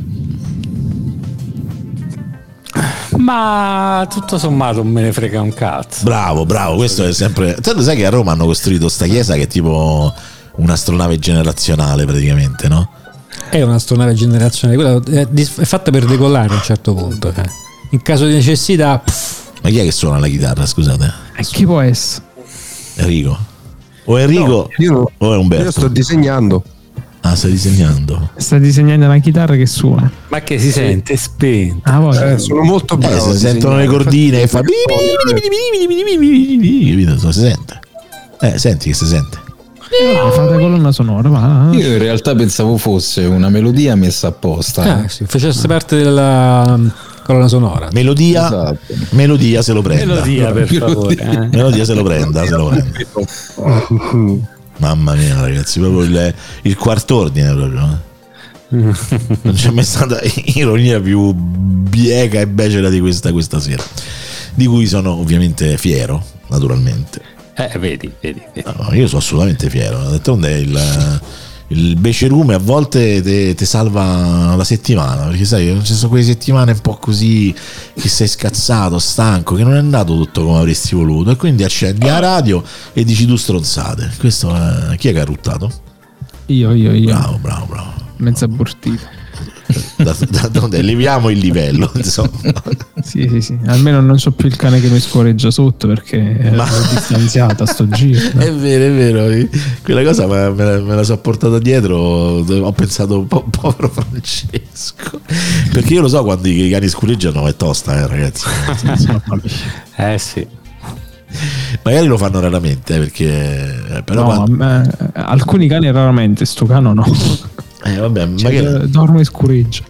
Ma tutto sommato non me ne frega un cazzo. Bravo, bravo, questo è sempre. Te lo sai che a Roma hanno costruito sta chiesa che è tipo un'astronave generazionale praticamente, no? È un'astronave generazionale, quella è, dis- è fatta per decollare a un certo punto. eh. In caso di necessità, pff, Ma chi è che suona la chitarra, scusate? E chi può essere? Enrico? O Enrico Io, non- o è Umberto? io sto disegnando. Ah, stai disegnando? Sta disegnando una chitarra che suona. Ma che si sente spento. Ah, poi. Eh, sono molto Eh, bravo. si a sentono le disegnare. cordine e fa Infatti, capito? Si sente. Eh, senti che si sente. Ah, fate colonna sonora, va. Io in realtà pensavo fosse una melodia messa apposta. ah, sì, facesse parte della um, colonna sonora. Melodia, Esatto. melodia se lo prenda. Melodia, per favore. eh. Melodia se lo prenda, se lo prenda. Mamma mia, ragazzi, proprio il, il quarto ordine proprio. eh. Non c'è mai stata ironia più bieca e becera di questa questa sera. Di cui sono ovviamente fiero, naturalmente. Eh, vedi, vedi, vedi. No, io sono assolutamente fiero. D'altronde il, il becerume a volte ti salva la settimana, perché sai, ci sono quelle settimane un po' così che sei scazzato, stanco, che non è andato tutto come avresti voluto, e quindi accendi la radio e dici tu stronzate. Questo è... Chi è che ha ruttato? Io, io, io. Bravo, bravo, bravo. Mezza abortita. da, da, da, da, leviamo il livello, insomma. Sì, sì, sì. Almeno non so più il cane che mi scorreggia sotto perché Ma... l'ho distanziata sto giro. È vero, è vero. Quella cosa me, me, la, me la sono portata dietro. Ho pensato, po- povero Francesco. Perché io lo so quando i cani scureggiano è tosta, eh, ragazzi. Eh sì. Magari lo fanno raramente, eh, perché però no, quando... me, alcuni cani raramente, sto cano no. Eh vabbè, cioè, magari... dorme e scureggia.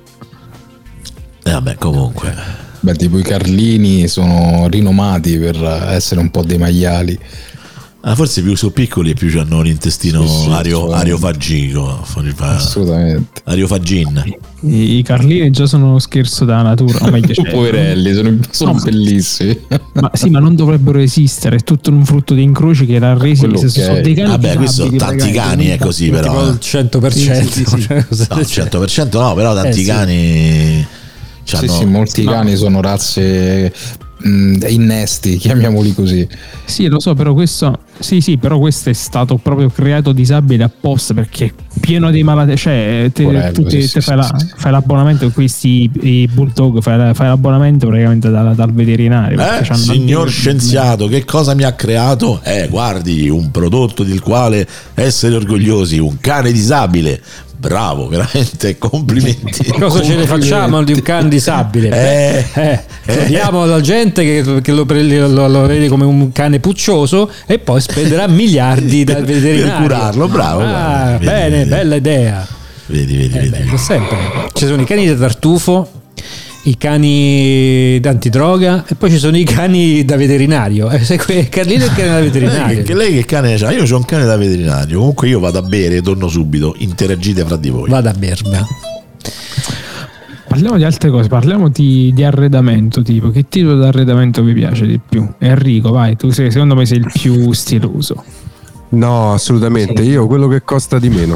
Eh vabbè, comunque. Beh, tipo i Carlini sono rinomati per essere un po' dei maiali. Ah, forse più sono piccoli e più hanno l'intestino sì, sì, ario, cioè... ariofagico. Assolutamente. Ariofagin. I, I Carlini già sono uno scherzo della natura. O meglio, cioè, poverelli, sono, sono no, bellissimi. Ma sì, ma non dovrebbero esistere. È tutto un frutto di incroci che era resi. Se sono dei cani. Vabbè, questo sono tanti cani, è così, però. Il cento per cento. Sì, sì, sì. No, cento per cento no, però tanti eh, cani. Sì, sì, molti no. cani sono razze mh, innesti, chiamiamoli così. Sì, lo so, però questo sì, sì, però questo è stato proprio creato disabile apposta perché è pieno di malattie, cioè te, Porello, tu te, sì, te sì, fai, sì, la, sì. fai l'abbonamento con questi i bulldog, fai, fai l'abbonamento praticamente dal, dal veterinario. Eh, signor scienziato, che cosa mi ha creato? Eh, guardi, un prodotto del quale essere orgogliosi, un cane disabile. Bravo, veramente, complimenti. Cosa complimenti. ce ne facciamo di un cane disabile? Eh, eh, eh. Diamo alla gente che, che lo, lo, lo vede come un cane puccioso e poi spenderà miliardi dal veterinario per curarlo. Bravo, ah, bravo. Vedi, bene, vedi. Bella idea. Vedi, vedi, eh, vedi. Bello, sempre. Ci sono i cani da tartufo, i cani d'antidroga e poi ci sono i cani da veterinario. Carlino è il cane da veterinario. Lei, che, lei che cane c'ha? Io c'ho un cane da veterinario. Comunque io vado a bere e torno subito. Interagite fra di voi. Vado a berba. Parliamo di altre cose, parliamo di, di arredamento, tipo che tipo di arredamento vi piace di più? Enrico, vai, tu sei, secondo me sei il più stiloso. No, assolutamente, io quello che costa di meno.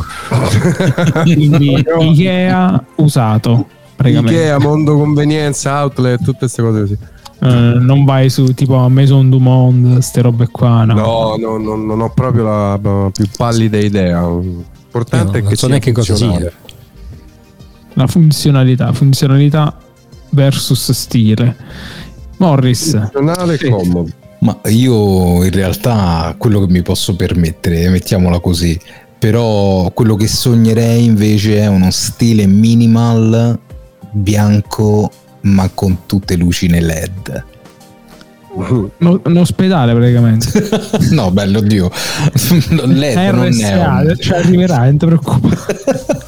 Quindi Ikea usato. Ikea, Mondo Convenienza, Outlet, tutte queste cose così. Uh, non vai su tipo Maison du Monde, ste robe qua, no? No, no, no, non ho proprio la, la più pallida idea. L'importante no, è che so sia neanche cosa sia. La funzionalità, funzionalità versus stile. Morris. Funzionale e sì. comodo. Ma io in realtà quello che mi posso permettere, mettiamola così, però quello che sognerei invece è uno stile minimal bianco ma con tutte luci L E D. No, un ospedale praticamente. No, bello Dio. L E D non è un... cioè arriverà, non ti preoccupare.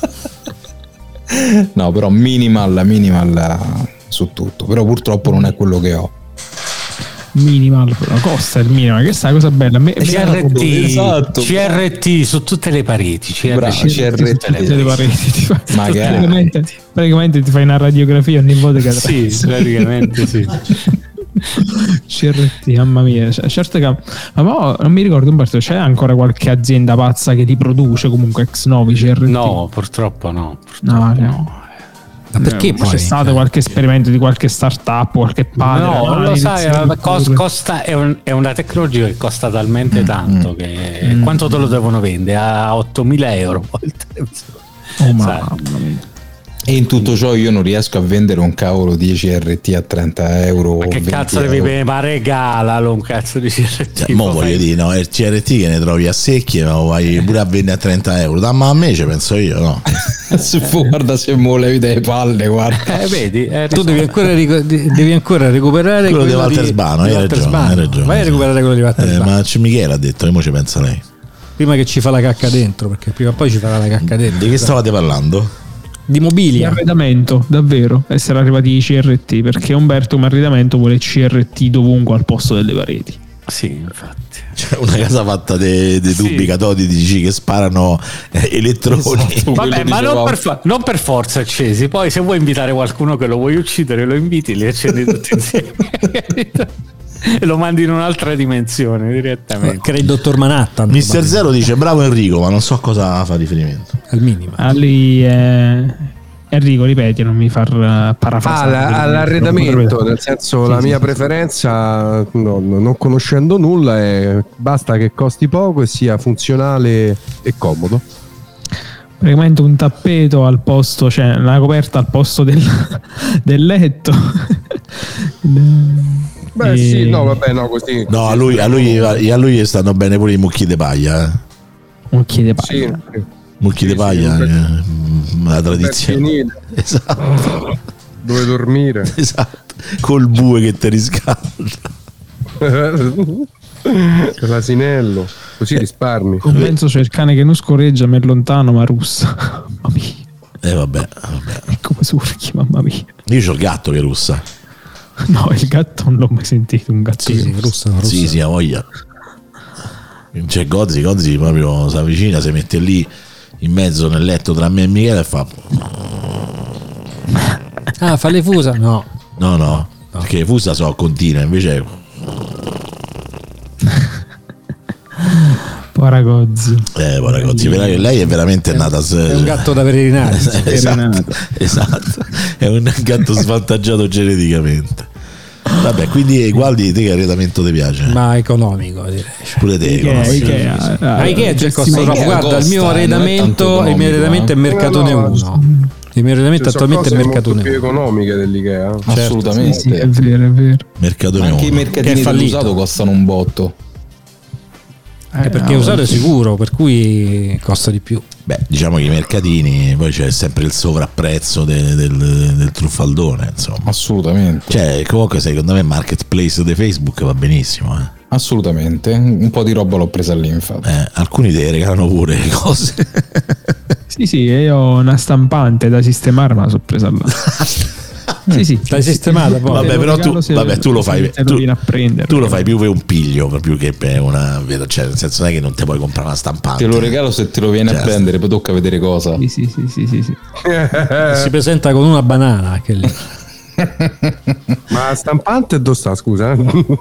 No, però minimal, minimal su tutto. Però purtroppo non è quello che ho. Minimal, però costa il minimal. Questa è la cosa bella. Me, C R T, esatto. C R T su tutte le pareti. C R T, Bravo, C R T su tutte le pareti. Ti fa, magari praticamente, praticamente ti fai una radiografia ogni volta che sì, praticamente sì. C R T, mamma mia, certo che ma mo, non mi ricordo Umberto, c'è ancora qualche azienda pazza che li produce comunque ex novi C R T? No, purtroppo no, purtroppo no, no. Ma perché eh, poi? C'è stato qualche esperimento di qualche startup, qualche padre? No, no lo sai, costa, costa, è, un, è una tecnologia che costa talmente tanto che mm. quanto te lo devono vendere? A ottomila euro. Oh mamma mia. E in tutto ciò io non riesco a vendere un cavolo di C R T a trenta euro. Ma che cazzo devi vendere? Ma regalalo un cazzo di C R T. Cioè, mo voglio dire, no, il C R T che ne trovi a secchie, ma vai pure a vendere a trenta euro. Da, ma a me ci penso io, no? Se fu, guarda, se volevi delle palle, guarda. Eh, vedi, eh, tu devi ancora, ric- devi ancora recuperare quello, quello di Walter Sbano, hai ragione, hai ragione. Vai a recuperare quello di Walter eh, Sbano. Ma c'è Michele ha detto, e mo ci pensa lei. Prima che ci fa la cacca dentro, perché prima o poi ci farà la cacca dentro. Di che stavate parlando? Di mobilia, di arredamento, davvero essere arrivati i C R T, perché Umberto come arredamento vuole C R T dovunque al posto delle pareti. Sì, infatti. Cioè una casa fatta dei de tubi sì. catodici che sparano eh, elettroni. Esatto. Vabbè, ma non per, fa- non per forza accesi. Poi se vuoi invitare qualcuno che lo vuoi uccidere, lo inviti, li accendi tutti insieme e lo mandi in un'altra dimensione direttamente. Che era il dottor Manhattan. mister Zero dice bravo Enrico, ma non so cosa fa riferimento. Al minimo. Ah, lì eh... Enrico, ripeti, non mi far uh, parafrasare. Ah, all'arredamento, nel senso sì, la sì, mia sì, preferenza, no, non conoscendo nulla, è basta che costi poco e sia funzionale e comodo. praticamente un tappeto al posto, cioè una coperta al posto del, del letto. Beh, E- sì, no, vabbè, no, così. No, così a lui, a lui, a lui stanno bene pure i mucchi de paglia. Eh. Un chiede Sì, paglia. Mucchi Sì, de sì, paglia, un eh, la tradizione. Pianile, Esatto, dove dormire. esatto. Col bue che ti riscalda. L'asinello, così risparmi. Compenso c'è il cane che non scorreggia, ma è lontano, ma russa. Mamma mia, E eh, vabbè, vabbè. è come surchi, mamma mia. Io c'ho il gatto che russa. No, il gatto non l'ho mai sentito, un gatto Sì, che sì, russa. russa, russa. Sì, sì, ha voglia. C'è Gozzi, Gozzi proprio si avvicina, si mette lì in mezzo nel letto tra me e Michele e fa Ah, fa le fusa? No. no, no, perché fusa so continua, invece Povera Gozzi. eh, guarda, Gozzi, però lei è veramente nata È un gatto da veterinario. esatto, esatto, è un gatto svantaggiato geneticamente. Vabbè, quindi guardi te che arredamento ti piace? Ma economico, direi. Cioè. Pure te, Ikea, conosci? Ikea, Ma Ikea già costa Ikea troppo. Guarda, il mio costa, eh, non è tanto arredamento, il economico, mio arredamento è eh. Mercatone No, no, uno. Il mio arredamento Ci sono attualmente è cose Mercatone molto più uno. economiche dell'Ikea. Assolutamente. Sì, è vero, è vero. Mercatone Anche i uno. Che mercatini è fallito. dell'usato costano un botto. È Eh, perché no, usato è sicuro, per cui costa di più. Beh, diciamo che i mercatini, poi c'è sempre il sovrapprezzo de- del, del truffaldone, insomma. Assolutamente. Cioè, comunque secondo me il marketplace di Facebook va benissimo, eh. Assolutamente. Un po' di roba l'ho presa lì, infatti. Eh, alcuni te regalano pure le cose. Sì, sì, io ho una stampante da sistemare, ma la so presa là. Sì, sì. L'hai sistemata poi? Vabbè, Te lo però tu, regalo se- vabbè, tu lo se fai te lo tu, vieni a prendere. tu lo fai più per un piglio, più che per una, cioè, nel senso non è che non ti puoi comprare una stampante. Te lo regalo se te lo vieni Certo. a prendere, poi tocca vedere cosa. Sì, sì, sì, sì, sì, sì. Si presenta con una banana anche lì. Ma stampante dove sta, scusa?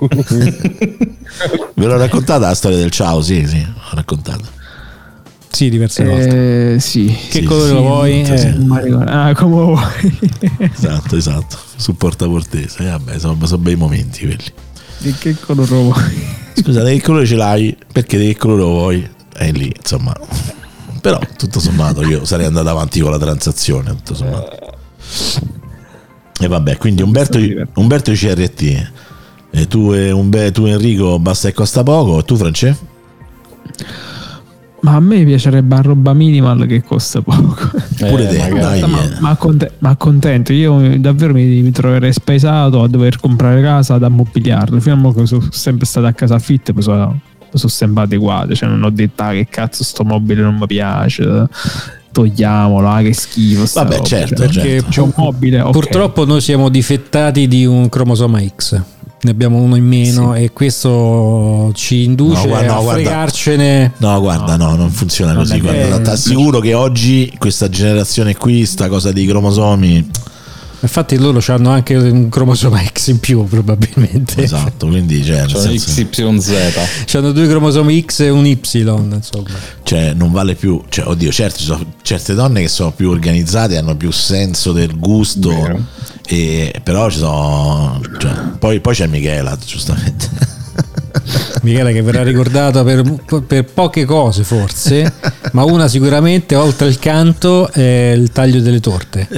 Ve l'ho raccontata la storia del ciao, sì, sì, l'ho raccontata. Sì, diverse volte. Eh, sì. Che sì, colore sì, lo vuoi? sì, Eh, sì. Non mi ricordo. Ah, come vuoi. Esatto, esatto. Sul portaportese, eh, vabbè, sono, sono bei momenti quelli. Di che colore lo vuoi? Scusate, che colore ce l'hai? Perché di che colore lo vuoi? È lì, insomma. Però, tutto sommato, io sarei andato avanti con la transazione, tutto sommato. E vabbè, quindi Umberto, Umberto C R T. E tu e Umbe, tu Enrico basta e costa poco. E tu Francesco? Ma a me piacerebbe a roba minimal che costa poco. Pure te, magari. dai. ma, eh. ma, acconte- ma accontento, io davvero mi, mi troverei spaesato a dover comprare casa da mobiliarlo. Fino a mo' che sono sempre stato a casa affitte, poi sono, sono sempre adeguato. Cioè, non ho detto ah, che cazzo sto mobile non mi piace, togliamolo, ah, che schifo. sta Vabbè, roba. certo, Cioè, certo. Perché c'è un mobile, ok. purtroppo noi siamo difettati di un cromosoma X. Ne abbiamo uno in meno e questo ci induce No, guarda, no, a guarda. fregarcene. No, guarda, no, non funziona Non così. è Guarda, vero. ti assicuro che oggi questa generazione qui, sta cosa dei cromosomi, Infatti loro hanno anche un cromosoma X in più probabilmente. esatto, quindi cioè, nel C'è un senso- X Y Z. Hanno due cromosomi X e un Y, insomma. cioè non vale più, cioè oddio, certo ci sono certe donne che sono più organizzate, hanno più senso del gusto, Vero. e, però ci sono, cioè, poi, poi c'è Michela, giustamente. Michele che verrà ricordata per, per poche cose forse, ma una sicuramente oltre il canto è il taglio delle torte.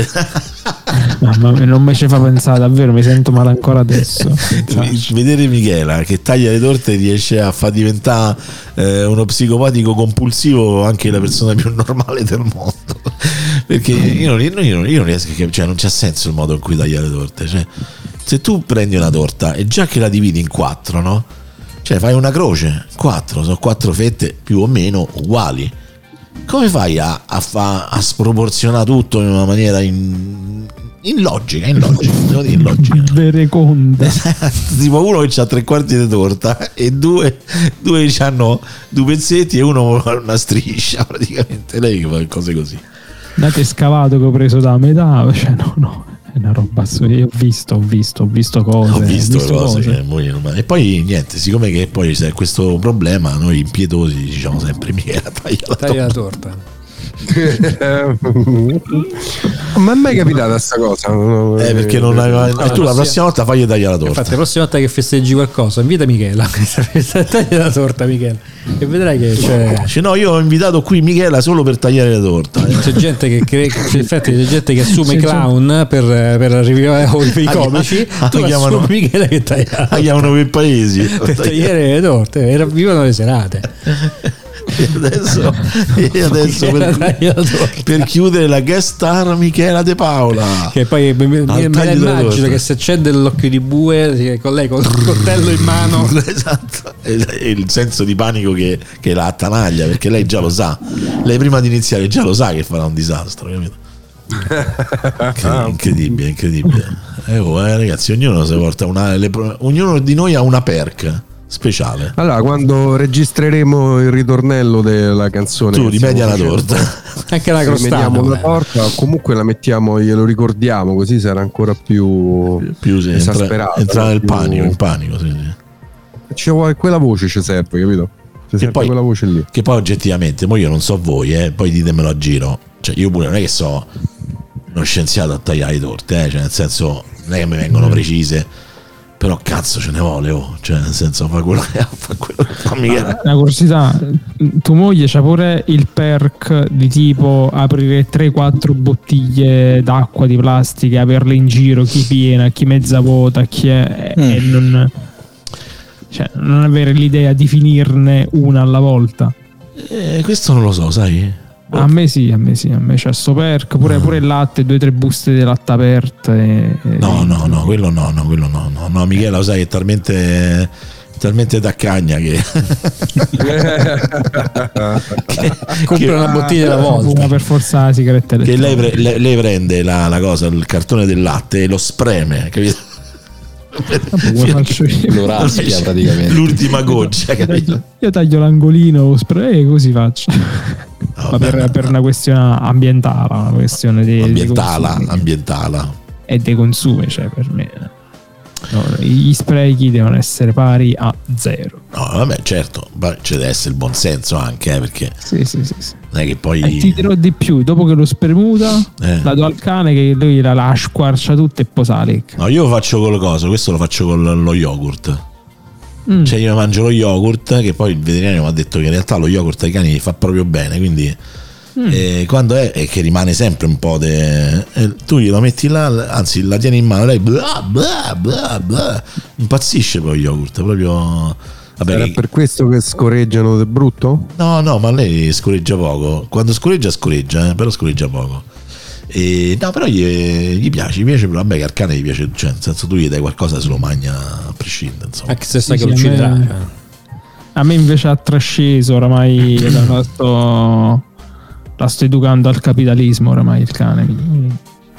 Mamma mia, non mi ci fa pensare, davvero, mi sento male ancora adesso. Vedere Michela che taglia le torte riesce a far diventare eh, uno psicopatico compulsivo anche la persona più normale del mondo, perché io non, io non, io non riesco a cap- cioè non c'ha senso il modo in cui taglia le torte, cioè, se tu prendi una torta e già che la dividi in quattro, no? Cioè fai una croce, quattro, sono quattro fette più o meno uguali. Come fai a, a, fa, a sproporzionare tutto in una maniera in, in logica, in logica, devo dire in logica. Vereconda. Tipo uno che ha tre quarti di torta e due, due che hanno due pezzetti e uno una striscia, praticamente. Lei che fa cose così. Date scavato che ho preso da metà, cioè no, no, è una roba assurda. Io ho visto, ho visto, ho visto cose. Ho visto, ho cose, che muy normali. E poi niente, siccome che poi c'è questo problema, noi impietosi diciamo sempre Michela taglia la Taglia la torta. torta. Ma è mai capitata sta cosa? Eh, perché non aveva... No, e tu la no, prossima volta fagli tagliare la torta. Infatti, la prossima volta che festeggi qualcosa, invita Michela. Taglia la torta, Michela. E vedrai che c'è. Dice, no, io ho invitato qui Michela solo per tagliare la torta. C'è gente che cre- c'è, infatti, c'è gente che assume C'è clown per, per arrivare i comici. Ah, Tu chiamano- assumi Michela che taglia Ah, chiamano per paesi. per tagliare le torte. Era- Vivono le serate. E adesso, e adesso Michela per, taglia la torta. per chiudere la guest star Michela De Paola. Che poi mi, mi, Al me la taglio della immagino torta. che se c'è dell'occhio di bue, sì, con lei con il coltello in mano. Esatto, e il senso di panico che, che la attanaglia, perché lei già lo sa. Lei prima di iniziare già lo sa che farà un disastro, capito? Incre- incredibile, incredibile. Eh, oh, eh, ragazzi, ognuno si porta una, le pro- ognuno di noi ha una perk speciale. Allora, quando registreremo il ritornello della canzone, Tu che rimedia la stiamo torta. facendo, Anche la crostata. rimediamo la torta, o comunque la mettiamo, glielo ricordiamo, così sarà ancora più, Più se entra, esasperato, entra nel più- panico, in panico, sì, sì. Ci vuole quella voce, ci serve, capito? Ci serve poi- quella voce lì. Che poi oggettivamente, mo io non so voi, eh, poi ditemelo a giro. Cioè, io pure non è che so uno scienziato a tagliare le torte, eh, cioè nel senso, non è che mi vengono precise, però cazzo ce ne vuole, oh. Cioè nel senso, fa quello che fa quello che fa Michele. Una curiosità, tua moglie c'ha pure il perk di tipo aprire tre quattro bottiglie d'acqua di plastica, averle in giro, chi piena, chi mezza vuota, chi è, Mm. e non, cioè, non avere l'idea di finirne una alla volta. Eh, questo non lo so, sai? A me sì, a me sì, a me c'è sto perk, pure, pure il latte, due o tre buste di latte aperte. E, e No, no, no, quello no, no, quello no, no, no, Michela, lo sai, è talmente talmente taccagna che, che, Compra una bottiglia alla volta. Una per forza la sigaretta che lei, elettronica. pre- lei- lei prende la, la cosa, il cartone del latte e lo spreme, capito? Come faccio io? Lo raschia praticamente. L'ultima goccia, Io capito? taglio, io taglio l'angolino lo spray e così faccio. No, Ma vabbè, per, no. per una questione ambientale, una questione di, ambientala, di consumi. ambientala. E dei consumi, cioè per me no, gli sprechi devono essere pari a zero. No, vabbè, certo, ma c'è deve essere il buon senso anche, eh, perché Sì, sì, sì, sì. non è che poi E ti dirò di più, dopo che l'ho spremuta, Eh. la do al cane che lui la, la squarcia tutta e poi sa la lecca. no, io faccio con le cose, questo lo faccio con lo yogurt. Mm. Cioè io mangio lo yogurt, che poi il veterinario mi ha detto che in realtà lo yogurt ai cani fa proprio bene, quindi eh, quando è, è che rimane sempre un po' de... eh, tu glielo metti là, anzi la tieni in mano, lei bla bla bla bla, impazzisce poi lo yogurt, proprio vabbè, Era che- per questo che scorreggiano del brutto? no no, ma lei scoreggia poco, quando scoreggia scoreggia, eh, però scoreggia poco. E, no, però gli, gli piace, gli piace, però vabbè che al cane gli piace, cioè nel senso tu gli dai qualcosa se lo mangia a prescindere, insomma. Anche se sai Sì, che lo sì, a ucciderà. me- A me invece ha trasceso oramai, la sto, la sto educando al capitalismo oramai il cane. quindi-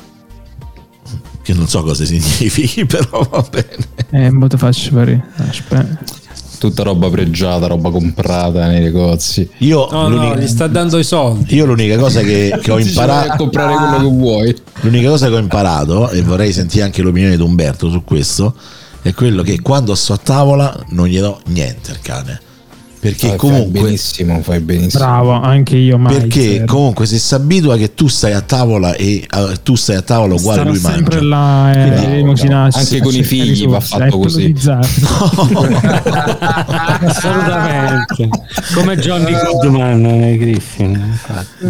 Che non so cosa significhi, però va bene. Eh, mo te faccio fare. Aspetta. Tutta roba pregiata, roba comprata nei negozi. Io, No, no, l'unica, gli sta dando i soldi. io l'unica cosa che, che ho Ti ci vai a imparato, comprare quello che vuoi. l'unica cosa che ho imparato, e vorrei sentire anche l'opinione di Umberto su questo, è quello che quando sto a tavola non gli do niente al cane. Perché Ah, fai comunque benissimo, fai benissimo. Bravo, anche io mai. perché zero. comunque se si abitua che tu stai a tavola e eh, tu stai a tavola uguale Starà lui sempre mangia. là eh, Quindi- elemosinarsi, anche con i a cercare figli va risorse, fatto a così. ipnotizzare. Assolutamente. Come Johnny Goodman nei Griffin. infatti.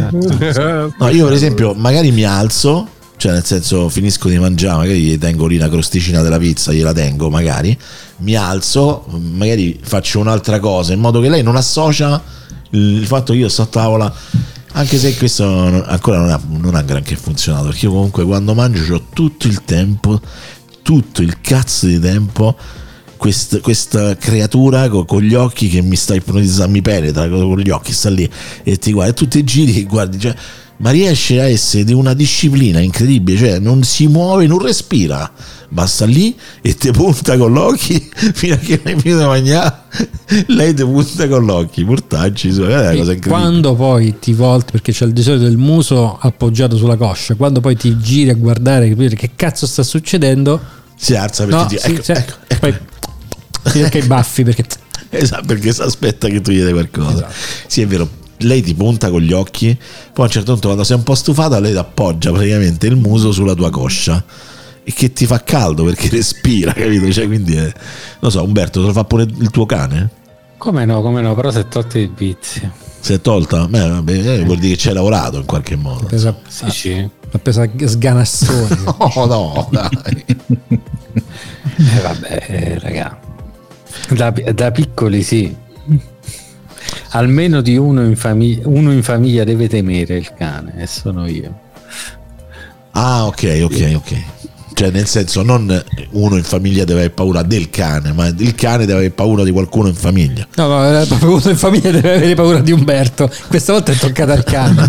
No, io per esempio magari mi alzo, cioè nel senso finisco di mangiare, magari gli tengo lì una crosticina della pizza, gliela tengo magari, mi alzo, magari faccio un'altra cosa, in modo che lei non associa il fatto che io sto a tavola, anche se questo non- ancora non ha, non ha granché funzionato, perché io comunque quando mangio ho tutto il tempo, tutto il cazzo di tempo, quest- questa creatura co- con gli occhi che mi sta ipnotizzando, mi penetra con gli occhi, sta lì e ti guarda, e tu ti giri e guardi, cioè, ma riesce a essere di una disciplina incredibile, cioè non si muove, non respira, basta lì e ti punta con l'occhi fino a che non hai finito di mangiare, lei ti punta con l'occhi, portacci su, è una cosa incredibile. Quando poi ti volti, perché c'è di solito il muso appoggiato sulla coscia, quando poi ti giri a guardare, capire che cazzo sta succedendo, Si alza perché no, ti sì, ecco, sì, ecco, ecco. poi ti cerca i baffi perché Esatto, perché si aspetta che tu gli dai qualcosa. Sì, è vero. lei ti punta con gli occhi, poi a un certo punto quando sei un po' stufata lei ti appoggia praticamente il muso sulla tua coscia e che ti fa caldo perché respira, capito? Cioè, quindi è... non so, Umberto, te lo fa pure il tuo cane? Come no, come no, però si è tolto il vizio. Si è tolta? Beh, vabbè, eh, vuol dire che ci hai lavorato in qualche modo. Pesa, Sì, sì. l'ha presa a sganassone. No, no, dai. Eh, vabbè, raga. Da, da piccoli sì. Almeno di uno in famiglia, uno in famiglia deve temere il cane, e sono io. Ah, ok, ok, ok. Cioè, nel senso, non uno in famiglia deve avere paura del cane, ma il cane deve avere paura di qualcuno in famiglia. No, no, proprio uno in famiglia deve avere paura di Umberto. Questa volta è toccata al cane.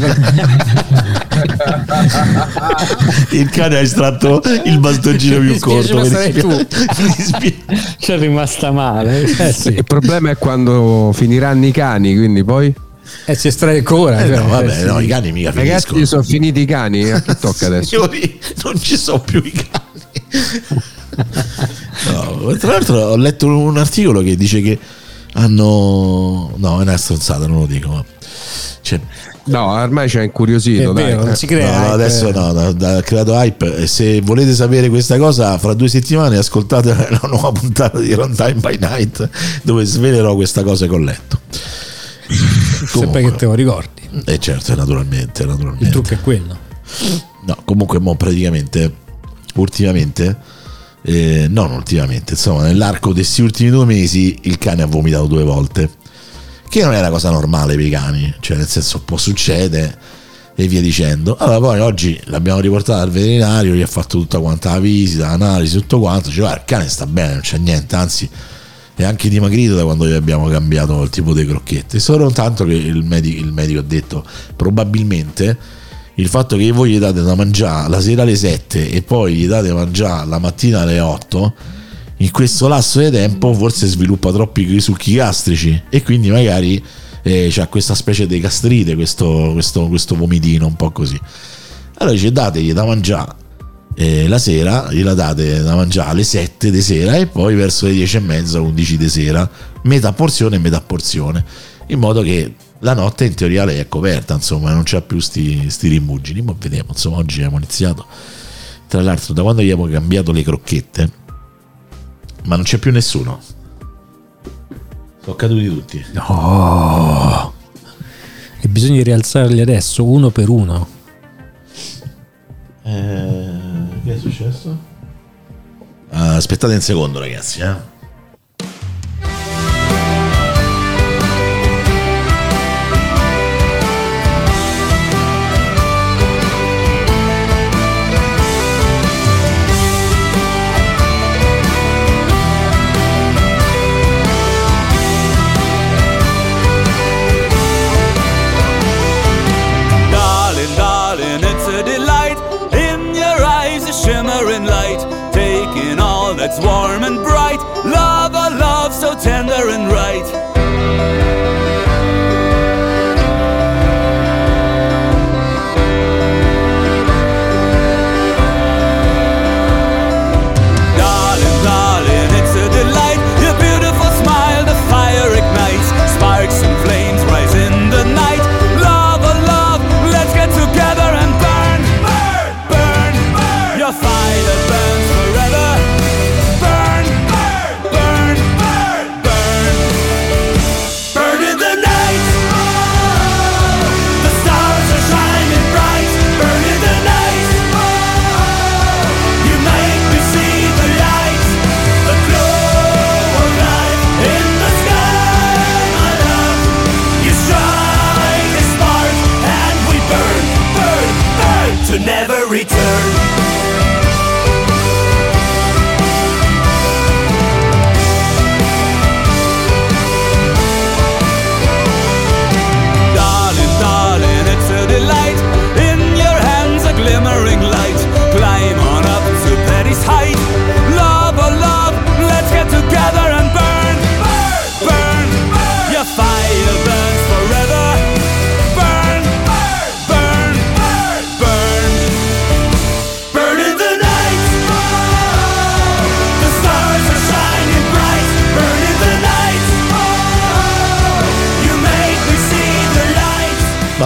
Il cane ha estratto il bastoncino più Mi dispiace, corto. ma Mi sarai dispiace. tu. Mi dispiace. C'è rimasta male. Eh sì. Il problema è quando finiranno i cani, quindi poi E si estrae ancora. Eh, cioè, no, vabbè, sì. no, i cani mica ragazzi finiscono. sono finiti i cani, a chi tocca adesso? Signori, non ci sono più i cani. No, tra l'altro ho letto un articolo che dice che hanno... no, è una stronzata, non lo dico, ma... cioè... No, ormai ci ha incuriosito, È dai. vero, non si crea. No, no, hype. adesso no, no, da- ha creato hype. E se volete sapere questa cosa, fra due settimane ascoltate la nuova puntata di Runtime by Night, dove svelerò questa cosa che ho letto. Sempre che te lo ricordi. Eh certo, naturalmente, naturalmente. Il trucco è quello. No, comunque mo praticamente ultimamente eh, non ultimamente, insomma, nell'arco di questi ultimi due mesi il cane ha vomitato due volte, che non è una cosa normale per i cani, cioè nel senso può succedere e via dicendo. Allora poi oggi l'abbiamo riportato al veterinario, gli ha fatto tutta quanta la visita, l'analisi, tutto quanto, dice guarda il cane sta bene, non c'è niente, anzi è anche dimagrito da quando gli abbiamo cambiato il tipo di crocchette, solo tanto che il medico, il medico ha detto probabilmente il fatto che voi gli date da mangiare la sera alle sette e poi gli date da mangiare la mattina alle otto, in questo lasso di tempo forse sviluppa troppi succhi gastrici e quindi magari eh, c'ha questa specie di gastrite, questo, questo, questo vomitino un po' così. Allora dice dategli da mangiare eh, la sera, gliela date da mangiare alle sette di sera e poi verso le dieci e mezza, undici di sera, metà porzione e metà porzione, in modo che la notte in teoria lei è coperta, insomma non c'ha più sti, sti rimuggini. Ma vediamo, insomma oggi abbiamo iniziato, tra l'altro da quando gli abbiamo cambiato le crocchette, ma non c'è più nessuno, sono caduti tutti. No. E bisogna rialzarli adesso uno per uno. Eh, che è successo? Ah, aspettate un secondo ragazzi, eh. Shimmering light, taking all that's warm and bright.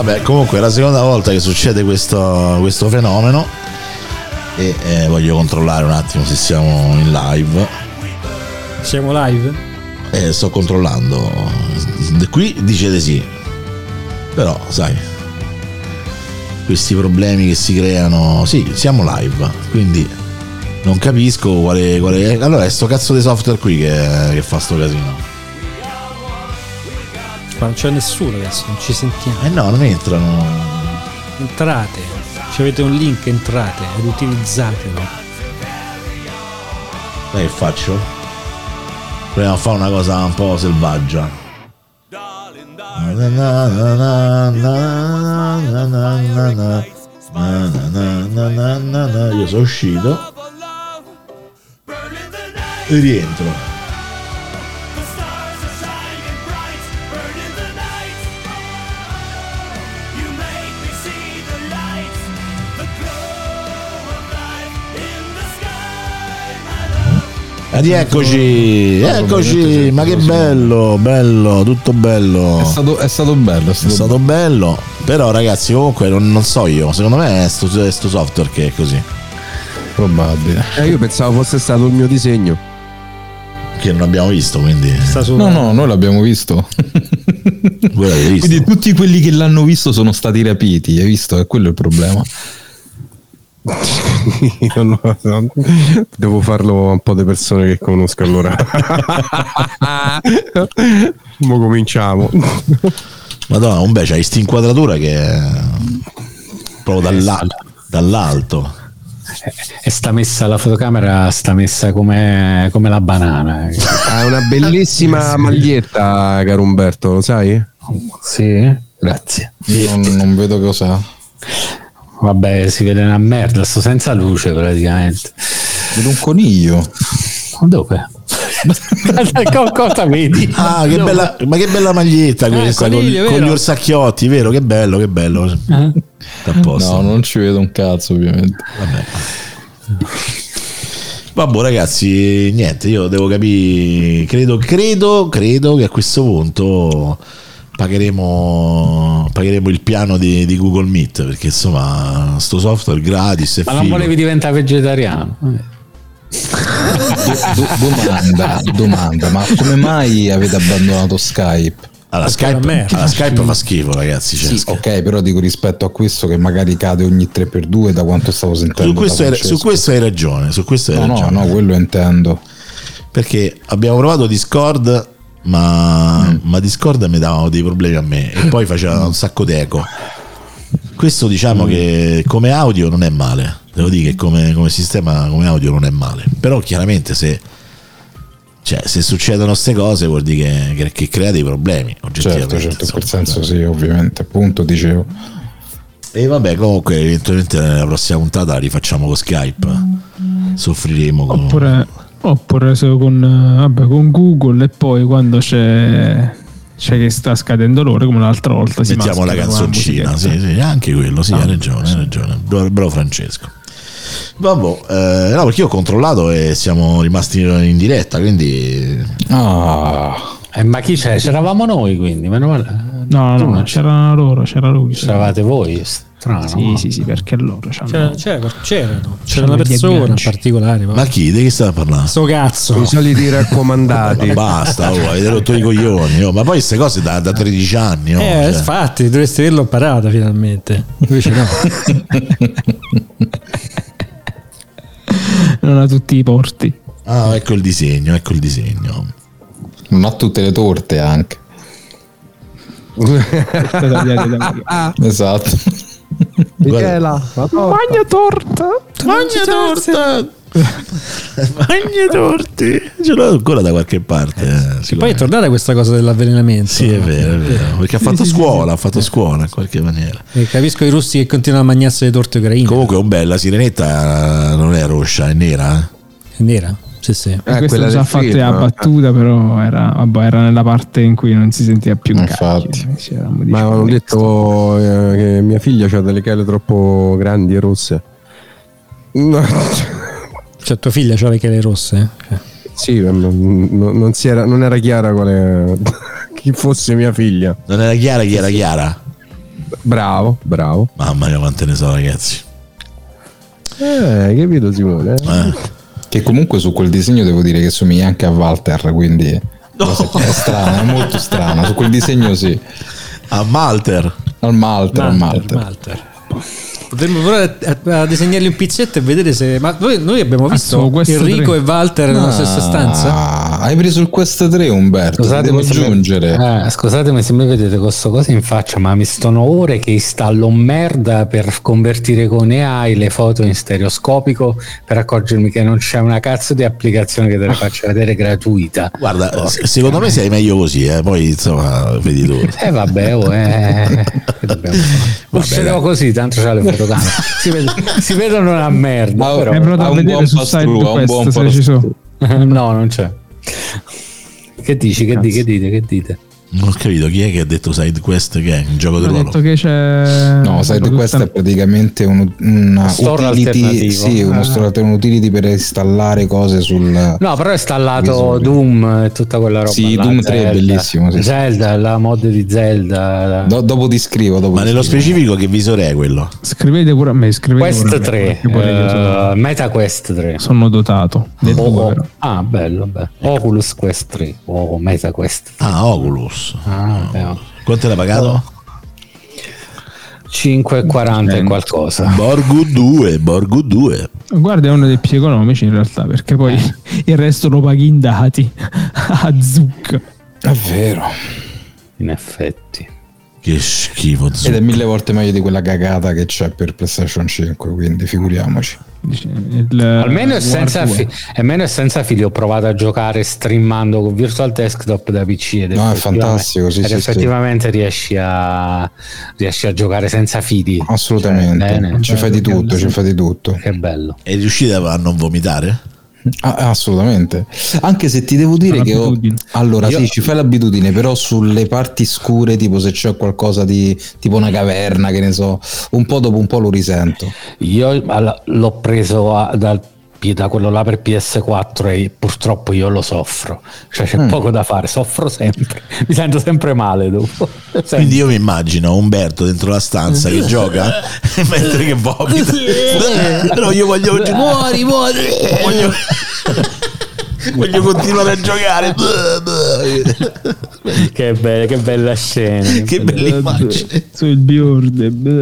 Vabbè, comunque è la seconda volta che succede questo, questo fenomeno e eh, voglio controllare un attimo se siamo in live. Siamo live? Eh, sto controllando. Qui dice di sì. Però, sai, questi problemi che si creano. Sì, siamo live, quindi non capisco quale, quale... Allora è sto cazzo di software qui che, che fa sto casino. Ma non c'è nessuno adesso, non ci sentiamo. Eh no, non entrano. Entrate, ci avete un link, entrate ed utilizzatelo. Sai che faccio? Proviamo a fare una cosa un po' selvaggia. Na na na na na na na na na na na na. Io sono uscito e rientro. Ed eccoci, eccoci, ma che bello, bello, tutto bello. È stato, è stato bello, è stato, È stato bello, però ragazzi comunque non, non so io, secondo me è sto, è sto software che è così. probabile. Eh, io pensavo fosse stato il mio disegno. Che non abbiamo visto, quindi... Sta su- No, no, noi l'abbiamo visto. Voi l'avete visto? Quindi tutti quelli che l'hanno visto sono stati rapiti, hai visto? È quello il problema. Io no, no. Devo farlo a un po' di persone che conosco allora. Mo cominciamo. Madonna, un beh, c'hai sta inquadratura che è proprio dall'a- dall'alto. E sta messa la fotocamera, sta messa come, come la banana. Ha una bellissima maglietta, caro Umberto, lo sai? Sì, grazie. Non, non vedo cosa. Vabbè, si vede una merda, sto senza luce praticamente. Vedo un coniglio. Dove? Cosa vedi? Ah, che bella, ma che bella maglietta questa, coniglio, con, con vero? gli orsacchiotti, vero? Che bello, che bello. Eh? Sta a posto. No, non ci vedo un cazzo, ovviamente. Vabbè. Vabbè ragazzi, niente, io devo capire, credo, credo, credo che a questo punto pagheremo pagheremo il piano di, di Google Meet, perché insomma sto software gratis è Ma non figo. volevi diventare vegetariano? Do- do- domanda, domanda, ma come mai avete abbandonato Skype? Allora, Perché Skype, la merda. allora, Skype fa schifo ragazzi, cioè, Sì, ok, però dico rispetto a questo che magari cade ogni tre per due da quanto stavo sentendo. su, questo da hai, Francesco. su questo hai ragione, su questo hai No, no, ragione. no, quello intendo. Perché abbiamo provato Discord, ma, Mm. ma Discord mi dava dei problemi a me e poi faceva un sacco di eco. Questo diciamo Mm. che come audio non è male, devo dire che come, come sistema, come audio non è male, però chiaramente se, cioè, se succedono queste cose vuol dire che, che, che crea dei problemi oggettivamente. Certo, certo, in quel insomma. senso sì, ovviamente, appunto dicevo. E vabbè, comunque eventualmente la prossima puntata la rifacciamo con Skype, soffriremo con... Oppure, oppure se con, eh, vabbè, con Google, e poi quando c'è, c'è che sta scadendo l'ora come l'altra volta si mettiamo la maschera con canzoncina, musichetta. sì, sì, anche quello, sì, hai ragione, hai ragione. Bravo, bravo Francesco. Vabbè, eh, no, perché io ho controllato e siamo rimasti in diretta, quindi Ah, Eh, ma chi c'è? C'eravamo noi, quindi meno male. No, Tu no, non c'era loro, c'era lui. c'eravate voi. Strano. Sì, no? sì, sì, perché loro c'hanno... C'era, c'era, c'erano, c'era C'hanno una gli persona in agganci. particolare. ma chi? Di che stai parlando? Sto cazzo. I soliti raccomandati. Basta, oh, avete rotto i coglioni, oh, ma poi queste cose da, da tredici anni, oh, Eh, cioè. infatti, dovresti averlo imparata finalmente. Invece no. Non ha tutti i porti. Ah, ecco il disegno, ecco il disegno. non ha tutte le torte anche. Esatto. Michela, la torta. Magna torta. Magna torta! Magna torti! Ce l'ho ancora da qualche parte. eh, Che poi è sicuramente. tornata questa cosa dell'avvelenamento. Sì, è vero, è vero. Perché ha fatto scuola, ha fatto scuola in qualche maniera. E capisco i russi che continuano a mangiarsi le torte ucraine. Comunque, un bel, la sirenetta non è rossa, è nera. eh. È nera? Sì, sì. Eh, Questo quella già del fatto film, la eh. battuta, però era, vabbè, era nella parte in cui non si sentiva più un Infatti. cacchio. C'era un Ma avevano detto eh, che mia figlia ha delle cale troppo grandi e rosse. No. Cioè, tua figlia c'ha le chele rosse? Cioè. Sì, ma non, non- non si era, non era chiara quale chi fosse mia figlia. Non era chiara chi era chiara? Bravo, bravo. Mamma mia, quante ne so, ragazzi. Eh, capito Simone? Eh. Che comunque su quel disegno devo dire che somiglia anche a Walter, quindi cosa è strana, è molto strana. Su quel disegno sì. A Malter. Al Malter, al Malter. Malter. Potremmo provare a, a disegnargli un pizzetto e vedere se. Ma noi, noi abbiamo visto Ah, questo Enrico tre. e Walter nella stessa stanza? Ah, hai preso il Quest tre, Umberto. Ti devo Scusatemi se, aggiungere. mi, eh, scusatemi se mi vedete questa cosa in faccia, ma mi sono ore che installo merda per convertire con A I le foto in stereoscopico per accorgermi che non c'è una cazzo di applicazione che te le faccia vedere gratuita. Guarda, se- secondo me sei meglio così, eh. Poi insomma, vedi tu. Eh vabbè, oh, eh, che dobbiamo fare? Usciremo così, tanto c'ha le fotocamere. Si, ved- si vedono una merda. Ah, però. Hai provato ha a un vedere buon su pass-through, site ha un buon Quest se ci sono. No, non c'è. Che dici? Che, di- che dite? Che dite? Non ho capito chi è che ha detto Side Quest, che è un gioco di Ho ruolo. detto che c'è. No, sai, questo è praticamente un, una Store utility, alternativo. sì, uno Ah. store alternativo, un utility per installare cose sul. No, però è installato Visore. Doom e tutta quella roba. Sì, là, Doom tre è Zelda. bellissimo, sì, sì. Zelda, la mod di Zelda. Do- dopo ti scrivo. Dopo Ma ti nello scrivo. specifico che visore è quello? Scrivete pure a me. Scrivete Quest pure a me, tre, perché pure io sono, eh, Meta Quest tre. sono dotato. Del Oh, due, oh. però. Ah, bello, bello. Oculus Quest tre o Meta Quest. Ah, Oculus. Ah, eh, Quanto l'hai pagato? cinque e quaranta e qualcosa. Borgu due, Borgu due. Guarda, è uno dei più economici in realtà, perché poi il resto lo paghi in dati a zucca. È vero. In effetti. Che schifo. Ed è mille volte meglio di quella cagata che c'è per PlayStation cinque, quindi figuriamoci. Dice, il, Almeno è, War senza due. fi- almeno è senza fili. Ho provato a giocare streamando con Virtual Desktop da P C ed No, è effettivamente- fantastico, sì, ed sì, effettivamente Riesci, a, riesci a giocare senza fili. Assolutamente. Cioè, bene. ci fai di tutto, ci fai di tutto. Che bello. E riuscite a non vomitare? Ah, assolutamente. Anche se ti devo dire che ho... L'abitudine. allora Io- sì, ci fai l'abitudine, però sulle parti scure, tipo se c'è qualcosa di tipo una caverna, che ne so, un po' dopo un po' lo risento. Io alla- l'ho preso a- dal, da quello là per P S quattro e purtroppo io lo soffro. Cioè c'è Mm. poco da fare, soffro sempre. Mi sento sempre male dopo. Sempre. Quindi io mi immagino Umberto dentro la stanza che gioca mentre che vomita. Però io voglio Muori, muori. voglio, voglio continuare a giocare. Che, be- che bella scena. Che bella immagine. Sul board.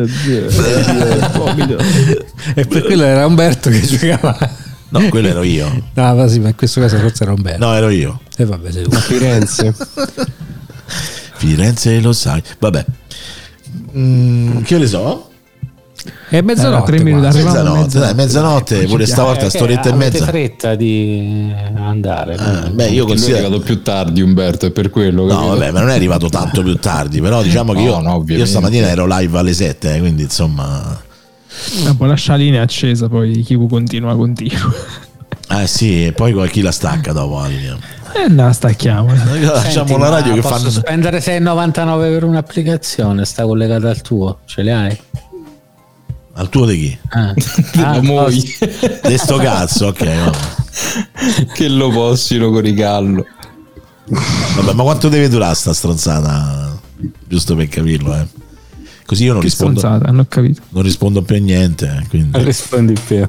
E per quello era Umberto che giocava. No, quello ero io. No, ma sì, ma in questo caso forse era Umberto. No, ero io. E vabbè, sei tu. Firenze. Firenze lo sai. Vabbè. Mm, che io le so? È mezzanotte. tre minuti, quasi. arriviamo a Mezzanotte, dai, mezzanotte, pure stavolta Eh, storetta e avete mezza. fretta di andare. Eh, beh, io Lui è considero. arrivato più tardi, Umberto, è per quello. No, capito? vabbè, ma non è arrivato tanto più tardi. Però diciamo che No, io, no, io ovviamente. stamattina ero live alle sette, eh, quindi insomma. Poi lascia la linea accesa, poi chi continua, continua. Eh sì, e poi chi la stacca dopo la linea. E no, stacchiamo. Lasciamo Senti, la ma radio che posso fanno. spendere sei e novantanove per un'applicazione, sta collegata al tuo, ce le hai? Al tuo di chi? Ah. Della Ah, moglie. De sto cazzo, ok. Vabbè. Che lo possino con i gallo. Vabbè, ma quanto deve durare sta stronzata? Giusto per capirlo, eh. Così io non Che rispondo, stronzata, hanno capito. non rispondo più a niente. eh, Quindi. Non rispondi più.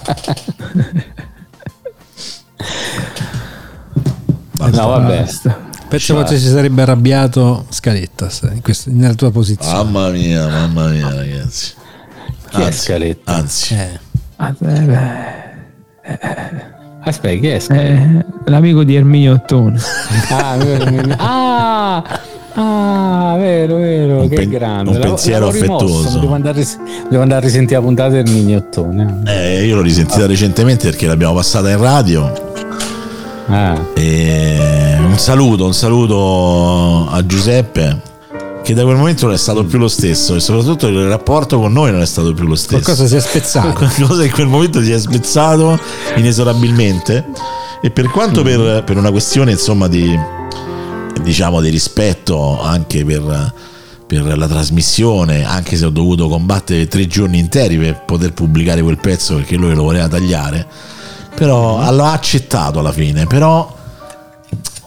No, vabbè. Basta. Penso quanto si sarebbe arrabbiato Scalettas in questa- nella tua posizione. Mamma mia, mamma mia, ragazzi. Chi è Anzi, Scaletta? anzi. Eh. Ah, eh, beh, Aspetta, chi è Scaletta? eh, l'amico di Erminio Ottone. Ah, vero, vero. ah, ah, vero, vero, Un che pen- grande. un L'avevo- pensiero l'avevo rimosso, affettuoso. Devo andare, a ris- devo andare a risentire la puntata del mignottone. Eh, io l'ho risentita recentemente perché l'abbiamo passata in radio. Ah, E un saluto, un saluto a Giuseppe, che da quel momento non è stato più lo stesso e soprattutto il rapporto con noi non è stato più lo stesso. Qualcosa si è spezzato. Qualcosa in quel momento si è spezzato inesorabilmente e per quanto per, per una questione insomma di diciamo di rispetto anche per, per la trasmissione, anche se ho dovuto combattere tre giorni interi per poter pubblicare quel pezzo perché lui lo voleva tagliare, però l'ha accettato alla fine, però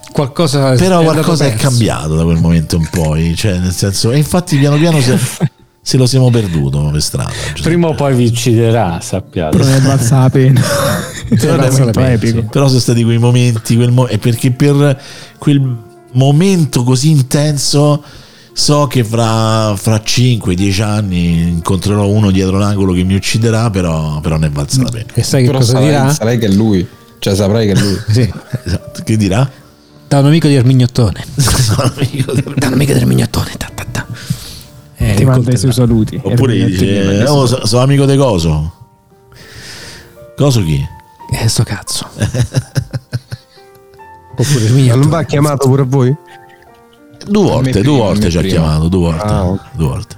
Qualcosa, però è qualcosa è andato perso. cambiato da quel momento in poi, cioè nel senso, e infatti piano piano si è, se lo siamo perduto per strada. Giuseppe. Prima o poi vi ucciderà, sappiate. Però ne valsa la pena. Però, Era adesso- molto epico. però sono stati quei momenti, quel mo- e perché per quel momento così intenso so che fra, fra cinque dieci anni incontrerò uno dietro l'angolo che mi ucciderà, però, però ne è valsa la pena. E sai che Però cosa saprai, dirà? saprai che è lui, cioè saprai che è lui. Sì. Esatto. Che dirà? Da un amico di Ermignottone. Sono amico del- Da un amico di Ermignottone. Ta, ta, ta. Eh, Ti manda i incontrerà. suoi saluti. Oppure gli dice, oh, so- sono amico di Coso. Coso chi? Eh, sto cazzo. Oppure Ma non Ermignottone. va chiamato pure a voi? Due volte, prima, due a volte me ci ha prima. chiamato, due volte. Ah, ok. Due volte.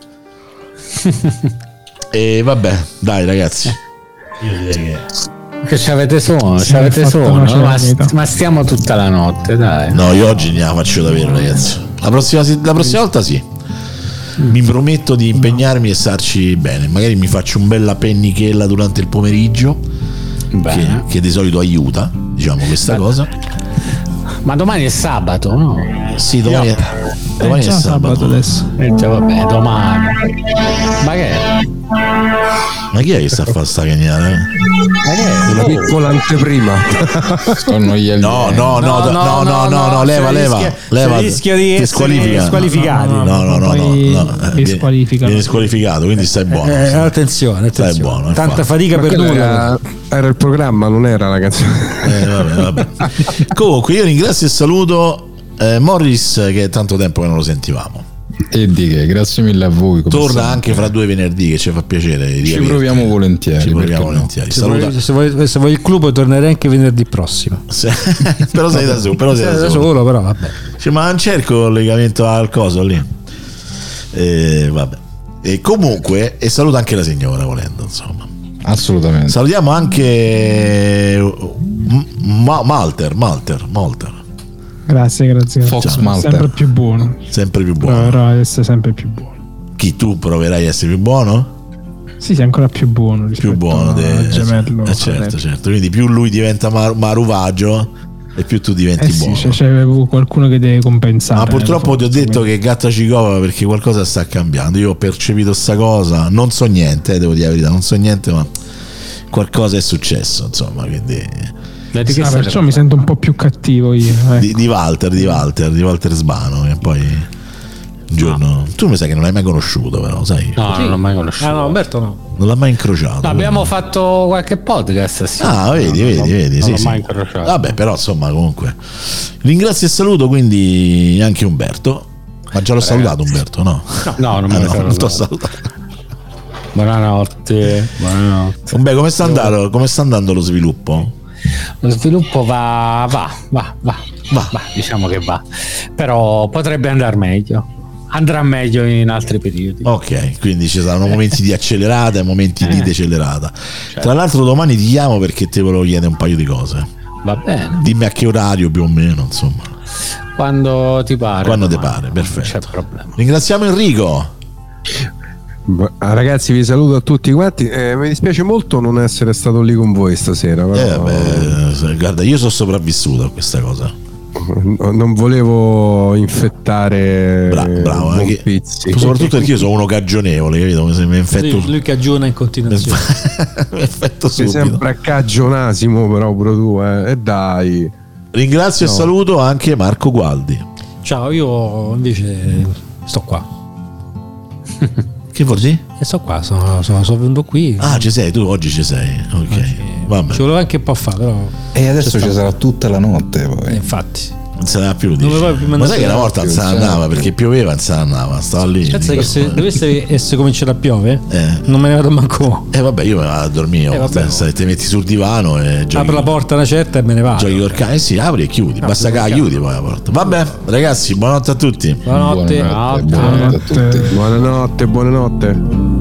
E vabbè, dai ragazzi. Io direi che... Che ci avete sonno, Sì, ci avete fatto sonno, una ma, cernita. ma stiamo tutta la notte, dai. No, io oggi ne la faccio davvero, ragazzi. La prossima, la prossima volta sì. Mi prometto di impegnarmi e starci bene. Magari mi faccio un bella pennichella durante il pomeriggio, che, Bene. che di solito aiuta, diciamo, questa cosa. Ma domani è sabato, no? Sì, domani, è, domani è già sabato. sabato adesso. Eh, già, vabbè, domani. Ma che è? Ma chi è che sta a fare sta cagnata? eh? Ma che è? Una piccola anteprima. Sono gli No, no, no, no, no, no, no, no, leva, leva, leva. Si rischia di Ti essere squalifica. squalificati. No, no, no, no, Poi no. eh, ti vieni- squalificano. Vieni squalificato, quindi stai buono. Eh, attenzione, attenzione. Stai buono, Tanta infatti. fatica Ma per quello nulla. era, era il programma, non era la canzone. Eh, vabbè, vabbè. Comunque io ringrazio e saluto eh, Morris, che è tanto tempo che non lo sentivamo. E di che, grazie mille a voi. come Torna sempre. anche fra due venerdì, che ci fa piacere. Ci riaverti. proviamo volentieri. Ci proviamo perché no? volentieri. Se Saluta. vuoi, se, vuoi, se vuoi il club tornerei anche venerdì prossimo. Se- però sei da solo, però sei Sei da da solo. solo, però vabbè. Cioè, ma non c'è il collegamento al coso lì. E vabbè. E comunque, e saluta anche la signora volendo, insomma. Assolutamente. Salutiamo anche M- Ma- Malter, Malter, Malter, Grazie, grazie. Fox grazie. Malter. Sempre più buono. sempre più buono. Proverò ad essere sempre più buono. Chi tu proverai a essere più buono? Sì, sì, ancora più buono rispetto Più buono, al de- gemello. eh, certo, Adele. certo. Quindi più lui diventa mar- maruvaggio e più tu diventi Eh sì, buono. c'è, c'è qualcuno che deve compensare. Ma purtroppo ti ho forse, detto quindi. che gatta ci cova perché qualcosa sta cambiando. Io ho percepito sta cosa, non so niente, eh, devo dire la verità, non so niente, ma qualcosa è successo, insomma, quindi Vedi che Ah, stai- perciò mi sento un po' più cattivo io. ecco. di, di Walter, di Walter, di Walter Sbano, che poi un giorno tu mi sai che non l'hai mai conosciuto, però sai, No, non l'ho mai conosciuto. Ah no, Umberto no. non l'ha mai incrociato. No, abbiamo fatto qualche podcast assieme. Ah, vedi, No, vedi, no, vedi, non sì, l'ho sì. mai incrociato. Vabbè, però insomma, comunque ringrazio e saluto quindi anche Umberto. Ma già l'ho salutato Umberto, no? No, non Ah, me no, lo non t'ho salutato. salutato. Buonanotte. Buonanotte. Beh, come sta andando, come sta andando lo sviluppo? Lo sviluppo va, va, va, va, Va. va, diciamo che va. Però potrebbe andare meglio. Andrà meglio in altri periodi. Ok, quindi ci saranno momenti di accelerata e momenti di Eh. decelerata. Tra l'altro domani ti chiamo perché te volevo chiedere un paio di cose. Va bene. Dimmi a che orario più o meno, insomma. Quando ti pare. Quando ti domani. pare, Non perfetto. c'è problema. Ringraziamo Enrico. Ah, ragazzi, vi saluto a tutti quanti. Eh, mi dispiace molto non essere stato lì con voi stasera. Eh, Però vabbè, guarda, io sono sopravvissuto a questa cosa. no- non volevo infettare Bra- bravo, buon anche- Pizzi. soprattutto perché io sono uno cagionevole, capito? Se mi infetto, Lui, lui cagiona in continuazione. mi infetto Sei subito. sempre a cagionasimo, però pure tu, eh. E dai. Ringrazio No. e saluto anche Marco Gualdi. Ciao, io invece sto qua. Che vuol dire? E sto qua, sono, sono, sono venuto qui. Ah, ci sei, tu oggi ci sei. Ok, Ci vabbè. volevo anche un po' fare, però. E adesso ci sarà tutta la notte poi. eh, infatti. Non se ne va più, Non dici. mi puoi più Ma mandare sai che una più, volta non se ne sì, andava sì. perché pioveva, non se ne andava, stava lì. Pensa dico, che se eh. dovesse essere cominciare a piovere, Eh. non me ne vado manco mo. Eh vabbè, io me ne vado a dormire, Eh, oh, vabbè, sai, ti metti sul divano e giochi. Apro la porta una certa e me ne vado. Giochi col cane, eh sì, apri e chiudi, basta che la chiudi poi la porta. Vabbè, ragazzi, buonanotte a tutti. Buonanotte. Buonanotte, buonanotte a tutti. Buonanotte, buonanotte.